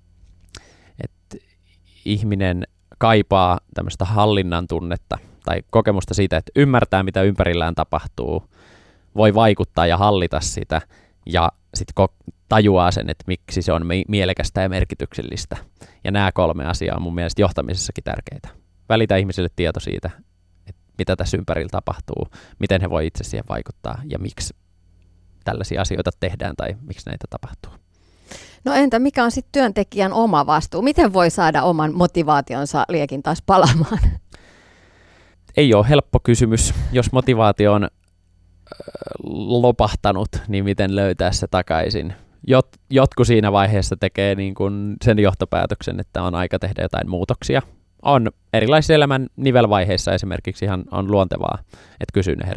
ihminen kaipaa tämmöistä hallinnan tunnetta tai kokemusta siitä, että ymmärtää, mitä ympärillään tapahtuu, voi vaikuttaa ja hallita sitä ja sitten tajuaa sen, että miksi se on mielekästä ja merkityksellistä. Ja nämä 3 asiaa on mun mielestä johtamisessakin tärkeitä. Välitä ihmisille tieto siitä, että mitä tässä ympärillä tapahtuu, miten he voi itse siihen vaikuttaa ja miksi tällaisia asioita tehdään tai miksi näitä tapahtuu. No entä mikä on sitten työntekijän oma vastuu? Miten voi saada oman motivaationsa liekin taas palaamaan? Ei ole helppo kysymys. Jos motivaatio on lopahtanut, niin miten löytää se takaisin? Jotkut siinä vaiheessa tekee niin kuin sen johtopäätöksen, että on aika tehdä jotain muutoksia. On erilaisissa elämän nivelvaiheissa esimerkiksi ihan on luontevaa, että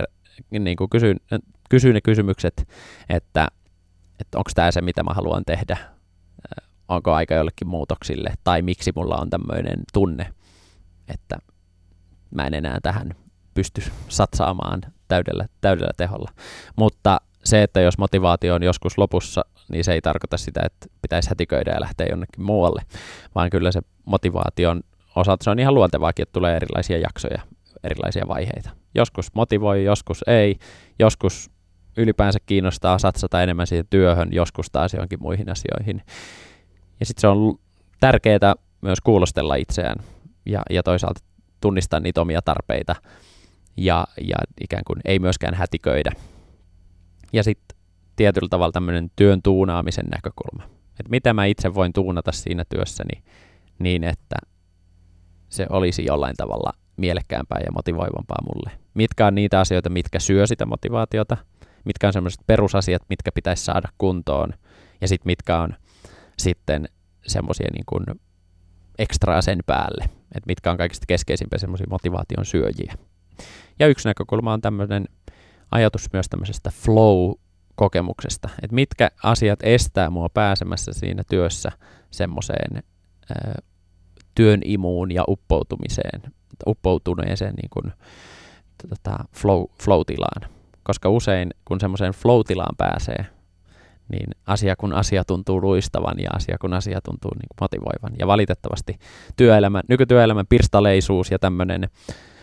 kysyy ne kysymykset, että onko tämä se, mitä mä haluan tehdä, onko aika jollekin muutoksille, tai miksi mulla on tämmöinen tunne, että mä en enää tähän pysty satsaamaan täydellä teholla. Mutta se, että jos motivaatio on joskus lopussa, niin se ei tarkoita sitä, että pitäisi hätiköidä ja lähteä jonnekin muualle, vaan kyllä se motivaation osalta se on ihan luontevaakin, että tulee erilaisia jaksoja, erilaisia vaiheita. Joskus motivoi, joskus ei, joskus ylipäänsä kiinnostaa satsata enemmän siihen työhön, joskus taas johonkin muihin asioihin. Ja sitten se on tärkeää myös kuulostella itseään ja toisaalta tunnistaa niitä omia tarpeita ja ikään kuin ei myöskään hätiköidä. Ja sitten tietyllä tavalla tämmöinen työn tuunaamisen näkökulma. Että mitä mä itse voin tuunata siinä työssäni niin, että se olisi jollain tavalla mielekkäämpää ja motivoivampaa mulle. Mitkä on niitä asioita, mitkä syö sitä motivaatiota, mitkä on sellaiset perusasiat, mitkä pitäisi saada kuntoon, ja sitten mitkä on sitten semmoisia niin kuin ekstraa sen päälle, että mitkä on kaikista keskeisimpiä semmoisia motivaation syöjiä. Ja yksi näkökulma on tämmöinen ajatus myös tämmöisestä flow-kokemuksesta, että mitkä asiat estää mua pääsemässä siinä työssä semmoiseen työn imuun ja uppoutuneeseen niin kuin, flow-tilaan. Koska usein, kun semmoiseen flow-tilaan pääsee, niin asia tuntuu luistavan ja asia tuntuu niin kuin motivoivan. Ja valitettavasti nykytyöelämän pirstaleisuus ja tämmöinen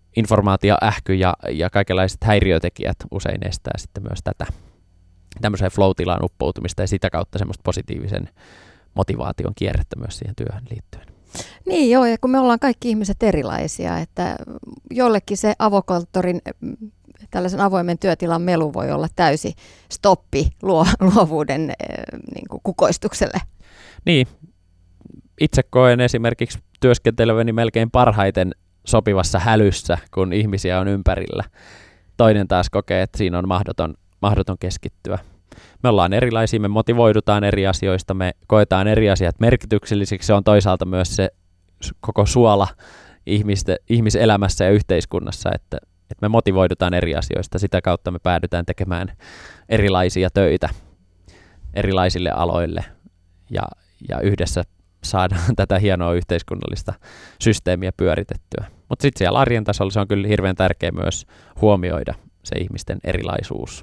informaatioähky ja kaikenlaiset häiriötekijät usein estää sitten myös tämmöiseen flow-tilaan uppoutumista ja sitä kautta semmoista positiivisen motivaation kierrettä myös siihen työhön liittyen. Niin joo, ja kun me ollaan kaikki ihmiset erilaisia, että jollekin se avokonttorin tällaisen avoimen työtilan melu voi olla täysi stoppi luovuuden niin kuin kukoistukselle. Niin, itse koen esimerkiksi työskenteleväni melkein parhaiten sopivassa hälyssä, kun ihmisiä on ympärillä. Toinen taas kokee, että siinä on mahdoton keskittyä. Me ollaan erilaisia, me motivoidutaan eri asioista, me koetaan eri asiat merkityksellisiksi. Se on toisaalta myös se koko suola ihmiselämässä ja yhteiskunnassa, että me motivoidutaan eri asioista. Sitä kautta me päädytään tekemään erilaisia töitä erilaisille aloille ja yhdessä saadaan tätä hienoa yhteiskunnallista systeemiä pyöritettyä. Mutta sitten siellä arjen tasolla se on kyllä hirveän tärkeää myös huomioida se ihmisten erilaisuus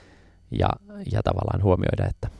ja tavallaan huomioida, että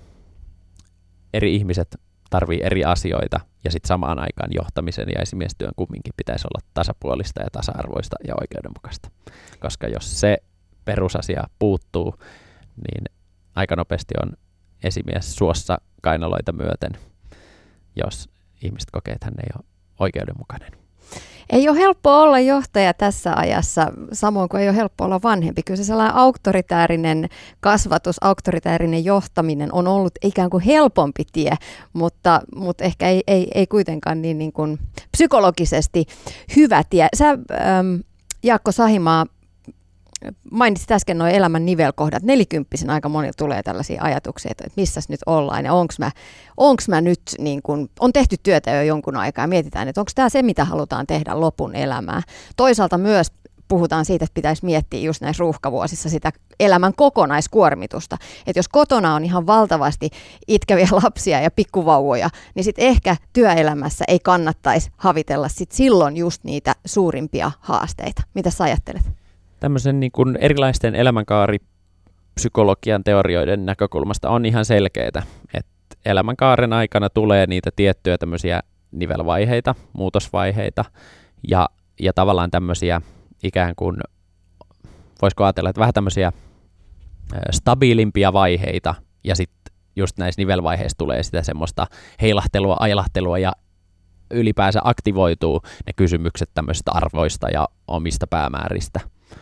eri ihmiset tarvii eri asioita ja sitten samaan aikaan johtamisen ja esimiestyön kumminkin pitäisi olla tasapuolista ja tasa-arvoista ja oikeudenmukaista. Koska jos se perusasia puuttuu, niin aika nopeasti on esimies suossa kainaloita myöten, jos ihmiset kokee, että hän ei ole oikeudenmukainen. Ei ole helppo olla johtaja tässä ajassa, samoin kuin ei ole helppo olla vanhempi. Kyllä se sellainen auktoritäärinen kasvatus, auktoritäärinen johtaminen on ollut ikään kuin helpompi tie, mutta ehkä ei kuitenkaan niin kuin psykologisesti hyvä tie. Sä, Jaakko Sahimaa, mainitsit äsken nuo elämän nivelkohdat. 40-vuotiaana aika monilla tulee tällaisia ajatuksia, että missäs nyt ollaan ja onko mä nyt, niin kun, on tehty työtä jo jonkun aikaa ja mietitään, että onko tämä se, mitä halutaan tehdä lopun elämää. Toisaalta myös puhutaan siitä, että pitäisi miettiä just näissä ruuhkavuosissa sitä elämän kokonaiskuormitusta. Että jos kotona on ihan valtavasti itkeviä lapsia ja pikkuvauvoja, niin sitten ehkä työelämässä ei kannattaisi havitella sit silloin just niitä suurimpia haasteita. Mitä sä ajattelet? Tämmöisen niin kuin erilaisten elämänkaaripsykologian teorioiden näkökulmasta on ihan selkeää, että elämänkaaren aikana tulee niitä tiettyjä tämmöisiä nivelvaiheita, muutosvaiheita ja tavallaan tämmöisiä ikään kuin, voisiko ajatella, että vähän tämmöisiä stabiilimpia vaiheita ja sitten just näissä nivelvaiheissa tulee sitä semmoista heilahtelua, ailahtelua ja ylipäänsä aktivoituu ne kysymykset tämmöisistä arvoista ja omista päämääristä.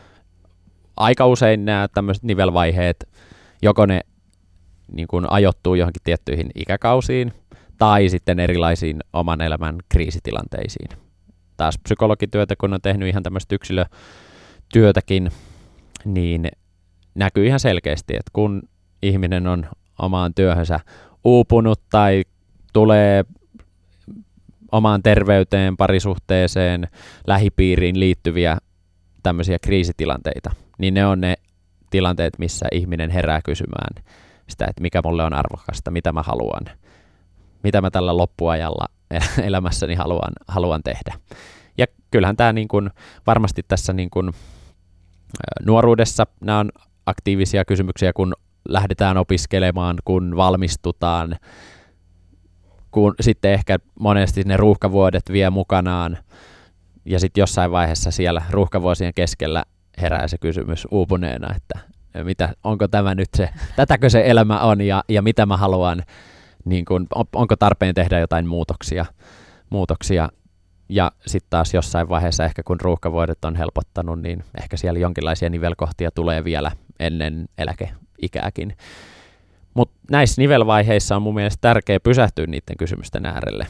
Aika usein nämä tämmöiset nivelvaiheet, joko ne niin kuin ajoittuu johonkin tiettyihin ikäkausiin tai sitten erilaisiin oman elämän kriisitilanteisiin. Taas psykologityötä, kun on tehnyt ihan tämmöistä yksilötyötäkin, niin näkyy ihan selkeästi, että kun ihminen on omaan työhönsä uupunut tai tulee omaan terveyteen, parisuhteeseen, lähipiiriin liittyviä tämmöisiä kriisitilanteita, niin ne on ne tilanteet, missä ihminen herää kysymään sitä, että mikä mulle on arvokasta, mitä mä haluan, mitä mä tällä loppuajalla elämässäni haluan tehdä. Ja kyllähän tämä niin kuin, varmasti tässä niin kuin, nuoruudessa nämä on aktiivisia kysymyksiä, kun lähdetään opiskelemaan, kun valmistutaan, kun sitten ehkä monesti ne ruuhkavuodet vie mukanaan ja sitten jossain vaiheessa siellä ruuhkavuosien keskellä herää se kysymys uupuneena, että onko tämä nyt se, tätäkö se elämä on ja mitä mä haluan, niin kun, onko tarpeen tehdä jotain muutoksia ja sitten taas jossain vaiheessa ehkä kun ruuhkavuodet on helpottanut, niin ehkä siellä jonkinlaisia nivelkohtia tulee vielä ennen eläkeikääkin. Mutta näissä nivelvaiheissa on mun mielestä tärkeää pysähtyä niiden kysymysten äärelle.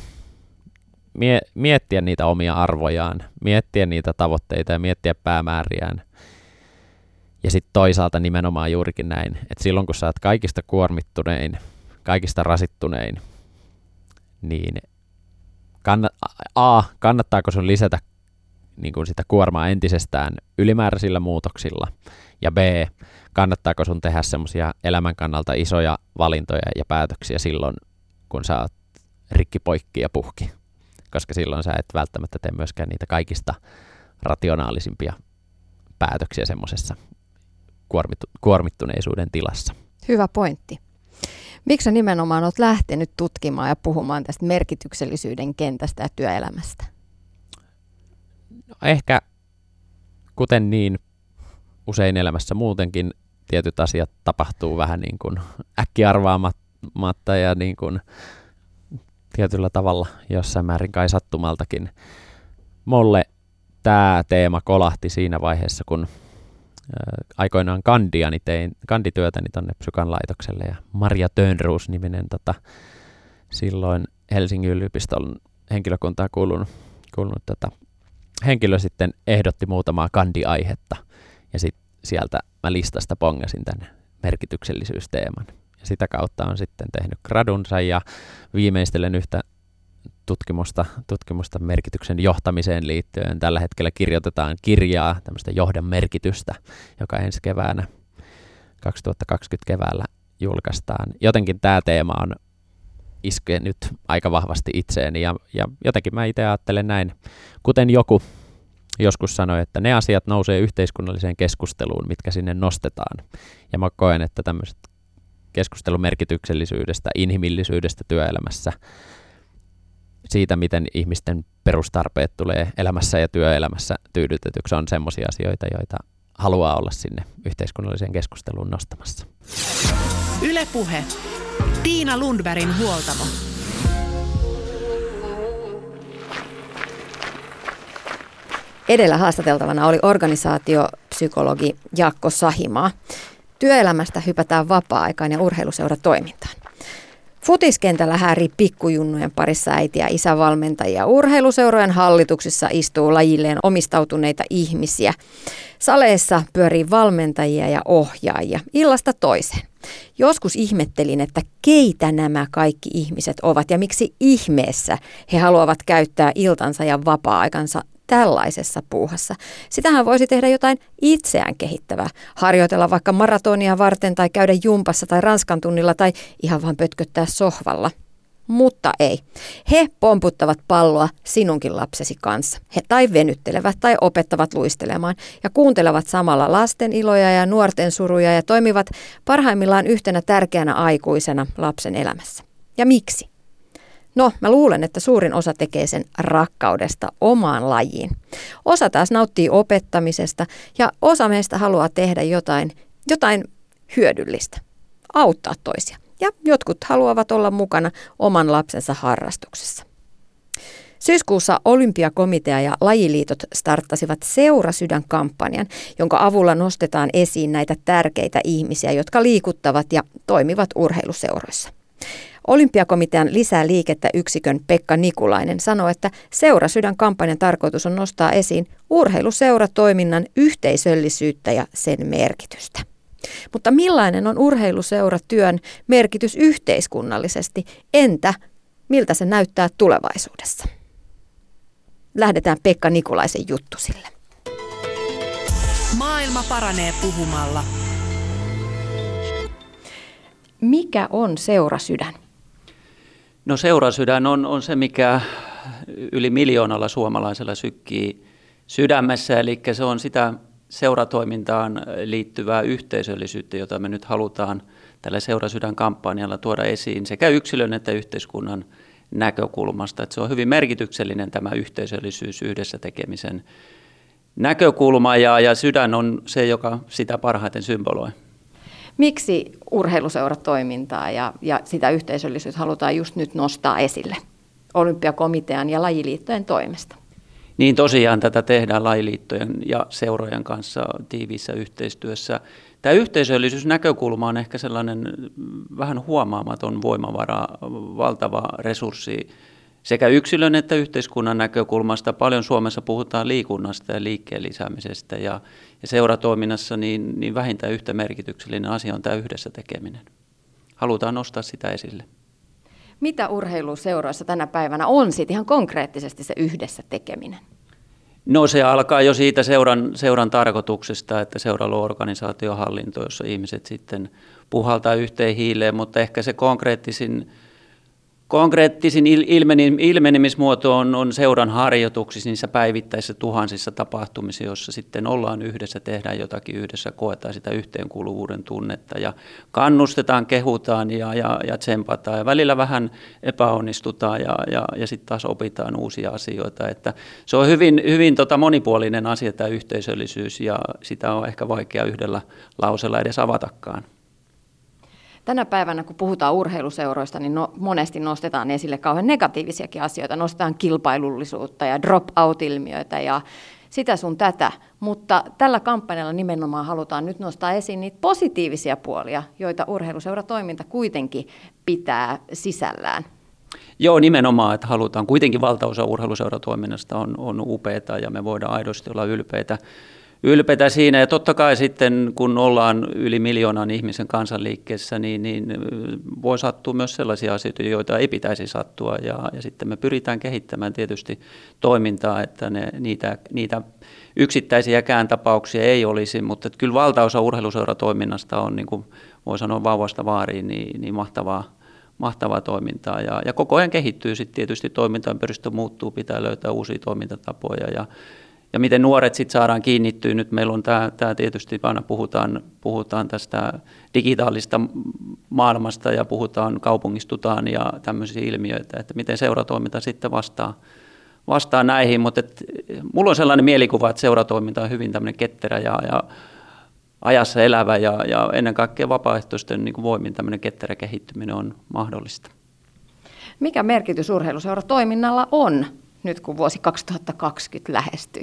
Miettiä niitä omia arvojaan, miettiä niitä tavoitteita ja miettiä päämääriään. Ja sitten toisaalta nimenomaan juurikin näin, että silloin kun sä oot kaikista kuormittunein, kaikista rasittunein, niin kannattaako sun lisätä niin kun sitä kuormaa entisestään ylimääräisillä muutoksilla, ja B, kannattaako sun tehdä semmoisia elämän kannalta isoja valintoja ja päätöksiä silloin, kun sä oot rikki, poikki ja puhki, koska silloin sä et välttämättä tee myöskään niitä kaikista rationaalisimpia päätöksiä semmoisessa kuormittuneisuuden tilassa. Hyvä pointti. Miksi sä nimenomaan olet lähtenyt tutkimaan ja puhumaan tästä merkityksellisyyden kentästä ja työelämästä? Ehkä kuten niin usein elämässä muutenkin, tietyt asiat tapahtuu vähän niin kuin äkkiarvaamatta ja niin kuin tietyllä tavalla jossain määrin kai sattumaltakin. Mulle tämä teema kolahti siinä vaiheessa, kun aikoinaan kandityötäni tuonne Psykan laitokselle ja Maria Tönruus-niminen silloin Helsingin yliopiston henkilökuntaa kuulunut henkilö sitten ehdotti muutamaa kandiaihetta ja sitten sieltä mä listasta pongasin tämän merkityksellisyysteeman. Ja sitä kautta on sitten tehnyt gradunsa ja viimeistelen yhtä tutkimusta merkityksen johtamiseen liittyen. Tällä hetkellä kirjoitetaan kirjaa, tämmöistä johdon merkitystä, joka ensi keväänä 2020 keväällä julkaistaan. Jotenkin tämä teema on iskenyt aika vahvasti itseeni ja jotenkin mä itse ajattelen näin, kuten joku joskus sanoi, että ne asiat nousee yhteiskunnalliseen keskusteluun, mitkä sinne nostetaan. Ja mä koen, että tämmöiset keskustelun merkityksellisyydestä, inhimillisyydestä työelämässä, siitä, miten ihmisten perustarpeet tulee elämässä ja työelämässä tyydytetyksi, on semmoisia asioita, joita haluaa olla sinne yhteiskunnalliseen keskusteluun nostamassa. Yle Puhe. Tiina Lundbergin huoltamo. Edellä haastateltavana oli organisaatiopsykologi Jaakko Sahimaa. Työelämästä hypätään vapaa-aikaan ja urheiluseuratoimintaan. Futiskentällä häärii pikkujunnujen parissa äiti- ja isävalmentajia. Urheiluseurojen hallituksissa istuu lajilleen omistautuneita ihmisiä. Saleessa pyörii valmentajia ja ohjaajia illasta toiseen. Joskus ihmettelin, että keitä nämä kaikki ihmiset ovat ja miksi ihmeessä he haluavat käyttää iltansa ja vapaa-aikansa tällaisessa puuhassa. Sitähän voisi tehdä jotain itseään kehittävää. Harjoitella vaikka maratonia varten tai käydä jumpassa tai ranskan tunnilla tai ihan vaan pötköttää sohvalla. Mutta ei. He pomputtavat palloa sinunkin lapsesi kanssa. He tai venyttelevät tai opettavat luistelemaan ja kuuntelevat samalla lasten iloja ja nuorten suruja ja toimivat parhaimmillaan yhtenä tärkeänä aikuisena lapsen elämässä. Ja miksi? No, mä luulen, että suurin osa tekee sen rakkaudesta omaan lajiin. Osa taas nauttii opettamisesta ja osa meistä haluaa tehdä jotain hyödyllistä, auttaa toisia. Ja jotkut haluavat olla mukana oman lapsensa harrastuksessa. Syyskuussa Olympiakomitea ja lajiliitot starttasivat Seura-sydän-kampanjan, jonka avulla nostetaan esiin näitä tärkeitä ihmisiä, jotka liikuttavat ja toimivat urheiluseuroissa. Olympiakomitean lisää liikettä yksikön Pekka Nikulainen sanoi, että Seura-sydän-kampanjan tarkoitus on nostaa esiin urheiluseuratoiminnan yhteisöllisyyttä ja sen merkitystä. Mutta millainen on urheiluseuratyön merkitys yhteiskunnallisesti? Entä miltä se näyttää tulevaisuudessa? Lähdetään Pekka Nikulaisen juttusille. Maailma paranee puhumalla. Mikä on Seura-sydän? No Seura-sydän on se, mikä yli 1 miljoonalla suomalaisella sykkii sydämessä, eli se on sitä seuratoimintaan liittyvää yhteisöllisyyttä, jota me nyt halutaan tällä Seura-sydän-kampanjalla tuoda esiin sekä yksilön että yhteiskunnan näkökulmasta. Että se on hyvin merkityksellinen tämä yhteisöllisyys, yhdessä tekemisen näkökulma ja sydän on se, joka sitä parhaiten symboloi. Miksi urheiluseuratoimintaa ja sitä yhteisöllisyyttä halutaan just nyt nostaa esille Olympiakomitean ja lajiliittojen toimesta? Niin tosiaan tätä tehdään lajiliittojen ja seurojen kanssa tiiviissä yhteistyössä. Tämä yhteisöllisyysnäkökulma on ehkä sellainen vähän huomaamaton voimavara, valtava resurssi sekä yksilön että yhteiskunnan näkökulmasta. Paljon Suomessa puhutaan liikunnasta ja liikkeen lisäämisestä ja seuratoiminnassa niin vähintään yhtä merkityksellinen asia on tämä yhdessä tekeminen. Halutaan nostaa sitä esille. Mitä urheiluseuroissa tänä päivänä on sitten ihan konkreettisesti se yhdessä tekeminen? No se alkaa jo siitä seuran tarkoituksesta, että seuralla on organisaatiohallinto, jossa ihmiset sitten puhaltaa yhteen hiileen, mutta ehkä se konkreettisin Konkreettisin ilmenemismuoto on seuran harjoituksissa, niissä päivittäisissä tuhansissa tapahtumissa, joissa sitten ollaan yhdessä, tehdään jotakin yhdessä, koetaan sitä yhteenkuuluvuuden tunnetta ja kannustetaan, kehutaan ja tsempataan ja välillä vähän epäonnistutaan ja sitten taas opitaan uusia asioita. Että se on hyvin monipuolinen asia tämä yhteisöllisyys ja sitä on ehkä vaikea yhdellä lauseella edes avatakaan. Tänä päivänä, kun puhutaan urheiluseuroista, niin monesti nostetaan esille kauhean negatiivisiakin asioita. Nostetaan kilpailullisuutta ja drop-out-ilmiöitä ja sitä sun tätä. Mutta tällä kampanjalla nimenomaan halutaan nyt nostaa esiin niitä positiivisia puolia, joita urheiluseuratoiminta kuitenkin pitää sisällään. Joo, nimenomaan, että halutaan. Kuitenkin valtaosa urheiluseuratoiminnasta on upeata ja me voidaan aidosti olla ylpeitä siinä. Ja totta kai sitten, kun ollaan yli 1 miljoonan ihmisen kansanliikkeessä, niin voi sattua myös sellaisia asioita, joita ei pitäisi sattua. Ja sitten me pyritään kehittämään tietysti toimintaa, että niitä yksittäisiäkään tapauksia ei olisi. Mutta kyllä valtaosa urheiluseuratoiminnasta on, niin kuin voi sanoa vauvasta vaariin, niin mahtavaa toimintaa. Ja koko ajan kehittyy sitten tietysti toimintaympäristö muuttuu, pitää löytää uusia toimintatapoja ja miten nuoret sitten saadaan kiinnittyä. Nyt meillä on tämä tietysti aina puhutaan tästä digitaalista maailmasta ja kaupungistutaan ja tämmöisiä ilmiöitä, että miten seuratoiminta sitten vastaa näihin. Mutta mulla on sellainen mielikuva, että seuratoiminta on hyvin tämmöinen ketterä ja ajassa elävä ja ennen kaikkea vapaaehtoisten niin kuin voimin tämmöinen ketterä kehittyminen on mahdollista. Mikä merkitys urheiluseuratoiminnalla on nyt, kun vuosi 2020 lähestyy?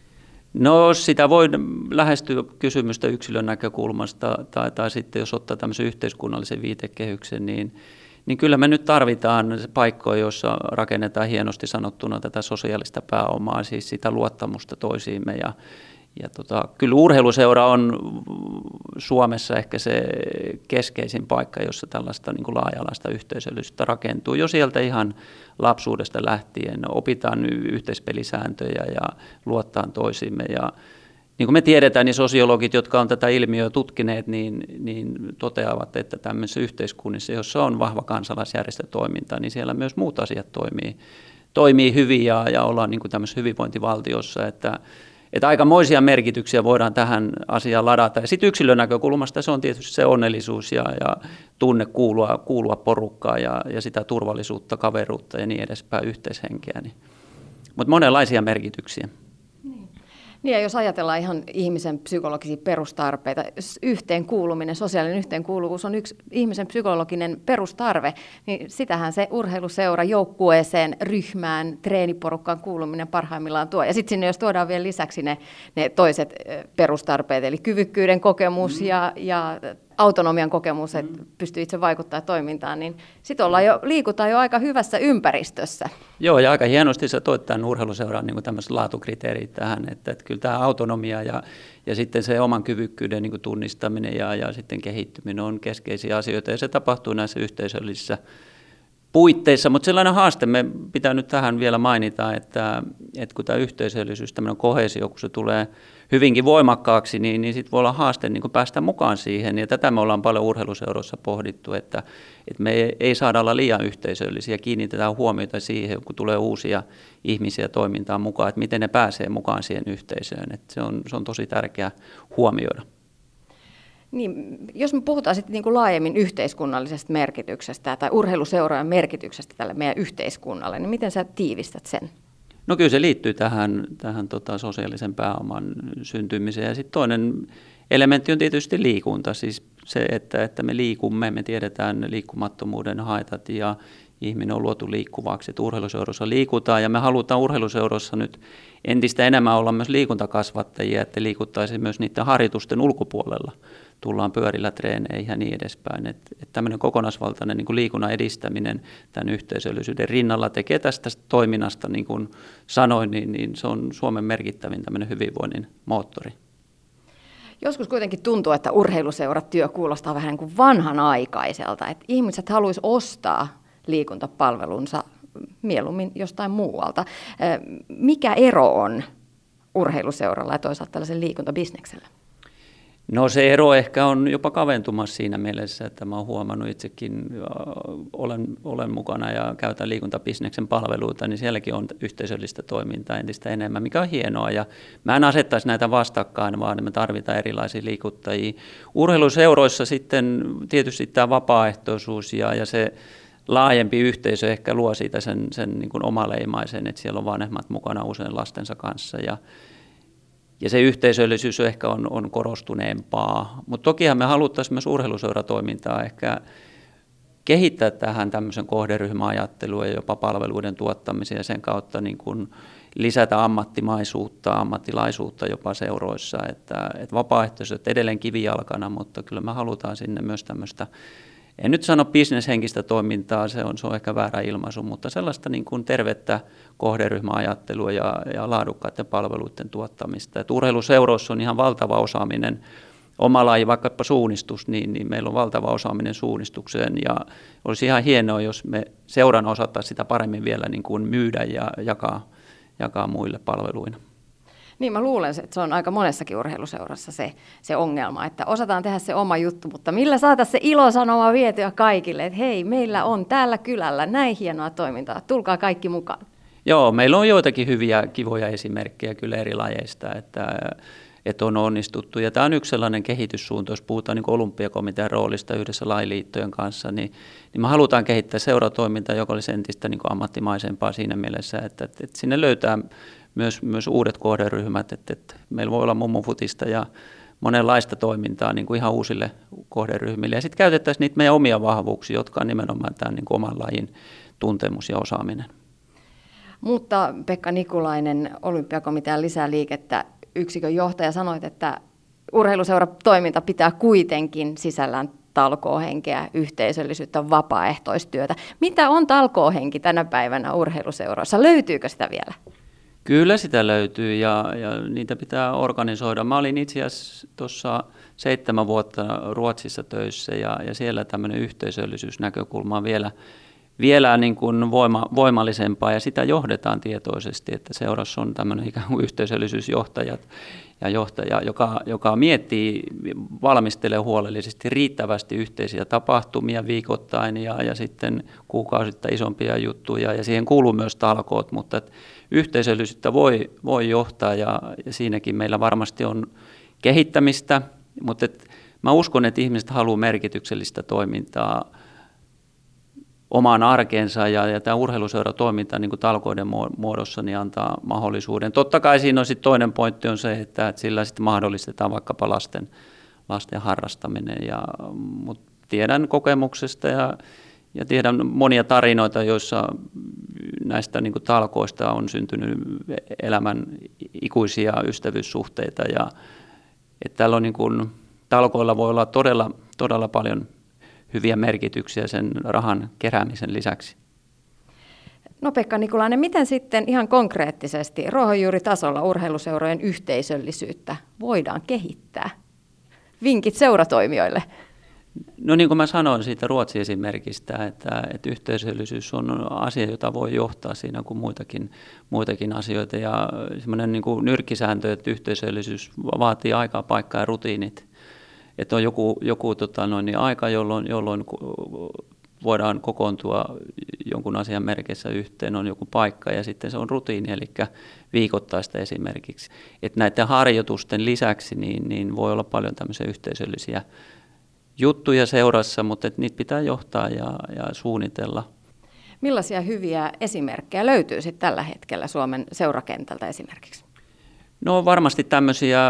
No sitä voi lähestyä kysymystä yksilön näkökulmasta tai sitten jos ottaa tämmöisen yhteiskunnallisen viitekehyksen, niin kyllä me nyt tarvitaan paikkoja, joissa rakennetaan hienosti sanottuna tätä sosiaalista pääomaa, siis sitä luottamusta toisiimme ja kyllä urheiluseura on Suomessa ehkä se keskeisin paikka, jossa tällaista niin kuin laaja-alaista yhteisöllisyyttä rakentuu. Jo sieltä ihan lapsuudesta lähtien opitaan yhteispelisääntöjä ja luottaa toisiimme. Ja niin kuin me tiedetään, niin sosiologit, jotka on tätä ilmiöä tutkineet, niin toteavat, että tämmöisissä yhteiskunnissa, jossa on vahva kansalaisjärjestötoiminta, niin siellä myös muut asiat toimii hyvin ja ollaan niin kuin tämmöisessä hyvinvointivaltiossa, että aikamoisia merkityksiä voidaan tähän asiaan ladata. Ja sitten yksilön näkökulmasta se on tietysti se onnellisuus ja tunne kuulua porukkaan ja sitä turvallisuutta, kaveruutta ja niin edespäin, yhteishenkeä. Mutta monenlaisia merkityksiä. Niin ja jos ajatellaan ihan ihmisen psykologisia perustarpeita, yhteenkuuluminen, sosiaalinen yhteenkuuluvuus on yksi ihmisen psykologinen perustarve, niin sitähän se urheiluseura joukkueeseen, ryhmään, treeniporukkaan kuuluminen parhaimmillaan tuo. Ja sitten sinne jos tuodaan vielä lisäksi ne toiset perustarpeet, eli kyvykkyyden kokemus ja autonomian kokemus, että pystyy itse vaikuttaa toimintaan, niin sitten liikutaan jo aika hyvässä ympäristössä. Joo, ja aika hienosti sä toit tämän urheiluseuraan niin tämmöiset laatukriteerit tähän, että kyllä tämä autonomia ja sitten se oman kyvykkyyden niin tunnistaminen ja sitten kehittyminen on keskeisiä asioita, ja se tapahtuu näissä yhteisöllisissä puitteissa, mutta sellainen haaste me pitää nyt tähän vielä mainita, että kun tämä yhteisöllisyys, tämmöinen koheesio, kun se tulee hyvinkin voimakkaaksi, niin sitten voi olla haaste niin päästä mukaan siihen. Ja tätä me ollaan paljon urheiluseuroissa pohdittu, että me ei saada olla liian yhteisöllisiä, kiinnitetään huomiota siihen, kun tulee uusia ihmisiä toimintaan mukaan, että miten ne pääsee mukaan siihen yhteisöön. Että se on tosi tärkeää huomioida. Niin, jos me puhutaan sitten niin kuin laajemmin yhteiskunnallisesta merkityksestä tai urheiluseurojen merkityksestä tälle meidän yhteiskunnalle, niin miten sä tiivistät sen? No kyllä se liittyy tähän sosiaalisen pääoman syntymiseen. Ja sitten toinen elementti on tietysti liikunta, siis se, että me liikumme, me tiedetään liikkumattomuuden haitat ja ihminen on luotu liikkuvaksi, että urheiluseurossa liikutaan ja me halutaan urheiluseurossa nyt entistä enemmän olla myös liikuntakasvattajia, että liikuttaisiin myös niiden harjoitusten ulkopuolella. Tullaan pyörillä treeneihin ja niin edespäin. Että tämmöinen kokonaisvaltainen niin kuin liikunnan edistäminen tämän yhteisöllisyyden rinnalla tekee tästä toiminnasta, niin kuin sanoin, niin se on Suomen merkittävin tämmöinen hyvinvoinnin moottori. Joskus kuitenkin tuntuu, että urheiluseuratyö kuulostaa vähän niin kuin vanhanaikaiselta, että ihmiset haluaisi ostaa liikuntapalvelunsa mieluummin jostain muualta. Mikä ero on urheiluseuralla ja toisaalta tällaisen liikuntabisneksellä? No se ero ehkä on jopa kaventumassa siinä mielessä, että mä oon huomannut itsekin, olen mukana ja käytän liikuntabisneksen palveluita, niin sielläkin on yhteisöllistä toimintaa entistä enemmän, mikä on hienoa. Ja mä en asettaisi näitä vastakkain, vaan me tarvitaan erilaisia liikuttajia. Urheiluseuroissa sitten tietysti tämä vapaaehtoisuus ja se laajempi yhteisö ehkä luo siitä sen niin kuin omaleimaisen, että siellä on vanhemmat mukana usein lastensa kanssa ja se yhteisöllisyys ehkä on korostuneempaa, mutta tokihan me haluttaisiin myös urheiluseuratoimintaa ehkä kehittää tähän tämmöisen kohderyhmäajattelua ja jopa palveluiden tuottamisen ja sen kautta niin kuin lisätä ammattimaisuutta, ammattilaisuutta jopa seuroissa, että vapaaehtoiset edelleen kivijalkana, mutta kyllä me halutaan sinne myös tämmöistä, en nyt sano bisneshenkistä toimintaa, se on ehkä väärä ilmaisu, mutta sellaista niin kuin tervettä kohderyhmäajattelua ja laadukkaiden palveluiden tuottamista. Et urheiluseuroissa on ihan valtava osaaminen, oma laji, vaikkapa suunnistus, niin meillä on valtava osaaminen suunnistukseen ja olisi ihan hienoa, jos me seurana osattaisiin sitä paremmin vielä niin kuin myydä ja jakaa muille palveluina. Niin mä luulen, että se on aika monessakin urheiluseurassa se ongelma, että osataan tehdä se oma juttu, mutta millä saataisiin se ilosanoma vietyä kaikille, että hei, meillä on täällä kylällä näin hienoa toimintaa, tulkaa kaikki mukaan. Joo, meillä on joitakin hyviä, kivoja esimerkkejä kyllä eri lajeista, että on onnistuttu. Ja tämä on yksi sellainen kehityssuunta, jos puhutaan niin olympiakomitean roolista yhdessä lajiliittojen kanssa, niin me halutaan kehittää seuratoimintaa, joka olisi entistä niin ammattimaisempaa siinä mielessä, että sinne löytää myös uudet kohderyhmät, että meillä voi olla mummufutista ja monenlaista toimintaa niin kuin ihan uusille kohderyhmille. Ja sitten käytettäisiin niitä meidän omia vahvuuksia, jotka on nimenomaan tämän niin kuin oman lajin tuntemus ja osaaminen. Mutta Pekka Nikulainen, Olympiakomitean lisää liikettä yksikön johtaja, sanoit, että urheiluseuratoiminta pitää kuitenkin sisällään talkoohenkeä, yhteisöllisyyttä, vapaaehtoistyötä. Mitä on talkoohenki tänä päivänä urheiluseuroissa? Löytyykö sitä vielä? Kyllä sitä löytyy ja niitä pitää organisoida. Mä olin itse asiassa tuossa 7 vuotta Ruotsissa töissä ja siellä tämmöinen yhteisöllisyysnäkökulma on vielä niin kuin voimallisempaa ja sitä johdetaan tietoisesti, että seurassa on tämmöinen ikään kuin yhteisöllisyysjohtaja, joka valmistelee huolellisesti riittävästi yhteisiä tapahtumia viikoittain ja sitten kuukausittain isompia juttuja ja siihen kuuluu myös talkoot, mutta yhteisöllisyyttä voi johtaa ja siinäkin meillä varmasti on kehittämistä, mutta mä uskon, että ihmiset haluaa merkityksellistä toimintaa omaan arkeensa ja tämä urheiluseuratoiminta niin kuin talkoiden muodossa niin antaa mahdollisuuden. Totta kai siinä on sitten toinen pointti on se, että sillä sitten mahdollistetaan vaikkapa lasten harrastaminen. Mutta tiedän kokemuksesta ja tiedän monia tarinoita, joissa näistä niin kuin talkoista on syntynyt elämän ikuisia ystävyyssuhteita. Ja, että täällä on niin kuin, talkoilla voi olla todella paljon hyviä merkityksiä sen rahan keräämisen lisäksi. No Pekka Nikulainen, miten sitten ihan konkreettisesti ruohonjuuritasolla urheiluseurojen yhteisöllisyyttä voidaan kehittää? Vinkit seuratoimijoille. No niin kuin mä sanoin siitä Ruotsin esimerkistä, että yhteisöllisyys on asia, jota voi johtaa siinä kuin muitakin asioita. Ja semmoinen niin kuin nyrkkisääntö, että yhteisöllisyys vaatii aikaa, paikkaa ja rutiinit. Että on joku aika, jolloin voidaan kokoontua jonkun asian merkeissä yhteen, on joku paikka ja sitten se on rutiini, eli viikoittaista esimerkiksi. Että näiden harjoitusten lisäksi niin voi olla paljon tämmöisiä yhteisöllisiä juttuja seurassa, mutta että niitä pitää johtaa ja suunnitella. Millaisia hyviä esimerkkejä löytyy sitten tällä hetkellä Suomen seurakentältä esimerkiksi? No varmasti tämmöisiä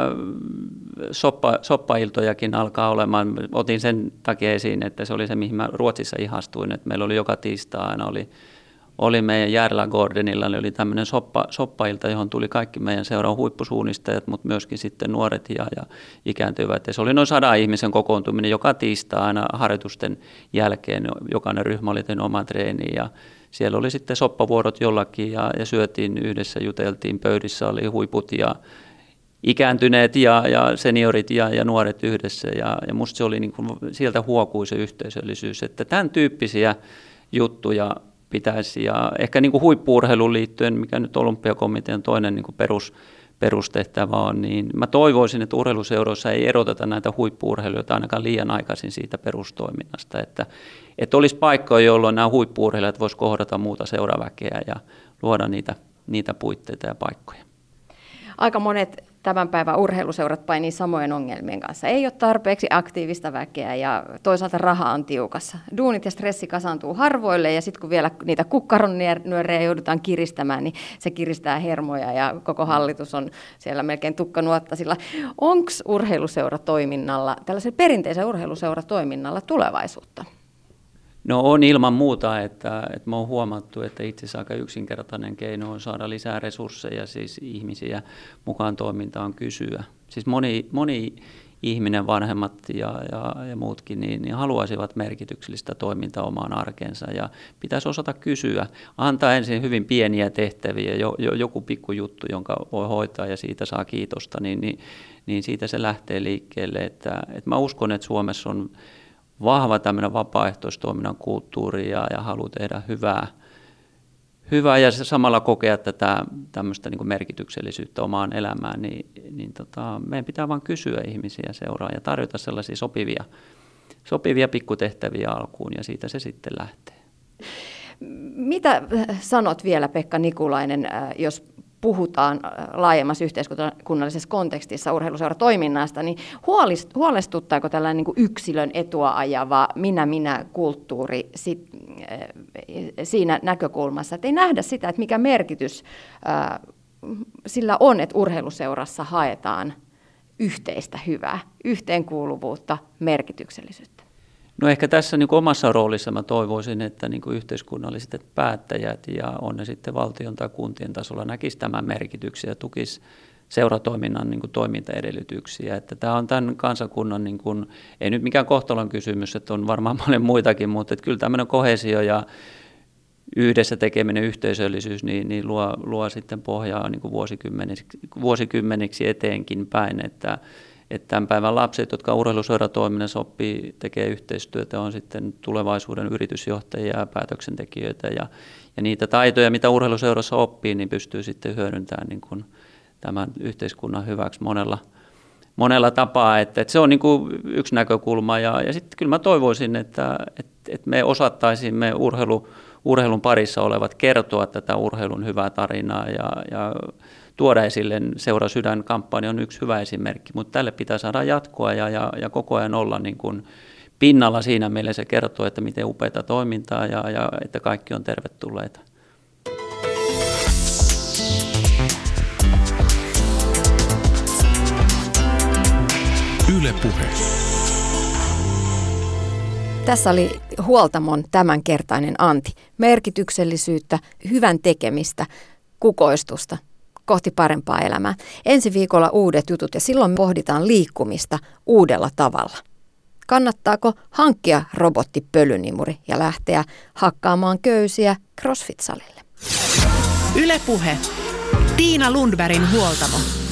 soppailtojakin alkaa olemaan. Otin sen takia esiin, että se oli se, mihin mä Ruotsissa ihastuin. Että meillä oli joka tiistai aina oli meidän Järlagårdenilla oli tämmöinen soppailta, johon tuli kaikki meidän seuran huippusuunnistajat, mutta myöskin sitten nuoret ja ikääntyvät. Ja se oli noin 100 ihmisen kokoontuminen joka tiistai aina harjoitusten jälkeen. Jokainen ryhmä oli tehnyt oman treeniin ja siellä oli sitten soppavuorot jollakin ja syötiin yhdessä, juteltiin, pöydissä oli huiput ja ikääntyneet ja seniorit ja nuoret yhdessä. Ja musta se oli niin kuin, sieltä huokui se yhteisöllisyys, että tämän tyyppisiä juttuja pitäisi. Ja ehkä niin kuin huippu-urheiluun liittyen, mikä nyt Olympiakomitean toinen niin kuin perustehtävä on, niin mä toivoisin, että urheiluseuroissa ei eroteta näitä huippu-urheilijoita ainakaan liian aikaisin siitä perustoiminnasta, että olisi paikkoja, jolloin nämä huippu-urheilijat voisivat kohdata muuta seuraväkeä ja luoda niitä puitteita ja paikkoja. Aika monet tämän päivän urheiluseurat painii samojen ongelmien kanssa. Ei ole tarpeeksi aktiivista väkeä ja toisaalta raha on tiukassa. Duunit ja stressi kasaantuu harvoille ja sitten kun vielä niitä kukkaronnyörejä joudutaan kiristämään, niin se kiristää hermoja ja koko hallitus on siellä melkein tukkanuottasilla. Onko urheiluseuratoiminnalla, tällaisella perinteisellä urheiluseuratoiminnalla tulevaisuutta? No on ilman muuta, että me on huomattu, että itse asiassa aika yksinkertainen keino on saada lisää resursseja, siis ihmisiä mukaan toimintaan kysyä. Siis moni ihminen, vanhemmat ja muutkin, niin haluaisivat merkityksellistä toimintaa omaan arkeensa ja pitäisi osata kysyä. Antaa ensin hyvin pieniä tehtäviä, joku pikkujuttu, jonka voi hoitaa ja siitä saa kiitosta, niin siitä se lähtee liikkeelle. Että mä uskon, että Suomessa on vahva tämmöinen vapaaehtoistoiminnan kulttuuri ja halu tehdä hyvää ja samalla kokea tätä tämmöistä niin kuin merkityksellisyyttä omaan elämään, niin meidän pitää vaan kysyä ihmisiä seuraa ja tarjota sellaisia sopivia pikkutehtäviä alkuun ja siitä se sitten lähtee. Mitä sanot vielä, Pekka Nikulainen, jos puhutaan laajemmassa yhteiskunnallisessa kontekstissa urheiluseuratoiminnasta, niin huolestuttaako tällainen niin kuin yksilön etua ajava minä-kulttuuri siinä näkökulmassa, että ei nähdä sitä, että mikä merkitys sillä on, että urheiluseurassa haetaan yhteistä hyvää, yhteenkuuluvuutta, merkityksellisyyttä? No ehkä tässä niin kuin omassa roolissa mä toivoisin, että niin kuin yhteiskunnalliset päättäjät ja on ne sitten valtion tai kuntien tasolla näkisi tämän merkityksen ja tukisi seuratoiminnan niin kuin toimintaedellytyksiä. Että tämä on tämän kansakunnan, niin kuin, ei nyt mikään kohtalon kysymys, että on varmaan paljon muitakin, mutta että kyllä tämmöinen koheesio ja yhdessä tekeminen, yhteisöllisyys, niin luo sitten pohjaa niin kuin vuosikymmeniksi eteenkin päin, että tämän päivän lapset, jotka urheiluseuratoiminnassa oppii, tekee yhteistyötä, on sitten tulevaisuuden yritysjohtajia ja päätöksentekijöitä. Ja niitä taitoja, mitä urheiluseurassa oppii, niin pystyy sitten hyödyntämään niin kuin tämän yhteiskunnan hyväksi monella tapaa. Että se on niin kuin yksi näkökulma. Ja sitten kyllä mä toivoisin, että me osattaisimme urheilun parissa olevat kertoa tätä urheilun hyvää tarinaa ja tuoda esille Seura Sydän-kampanja on yksi hyvä esimerkki, mutta tälle pitää saada jatkoa ja koko ajan olla niin kuin pinnalla siinä mielessä se kertoo, että miten upeata toimintaa ja että kaikki on tervetulleita. Yle Puhe. Tässä oli Huoltamon tämänkertainen anti. Merkityksellisyyttä, hyvän tekemistä, kukoistusta kohti parempaa elämää. Ensi viikolla uudet jutut ja silloin pohditaan liikkumista uudella tavalla. Kannattaako hankkia robottipölynimuri ja lähteä hakkaamaan köysiä CrossFit-salille? Yle Puhe. Tiina Lundbergin Huoltamo.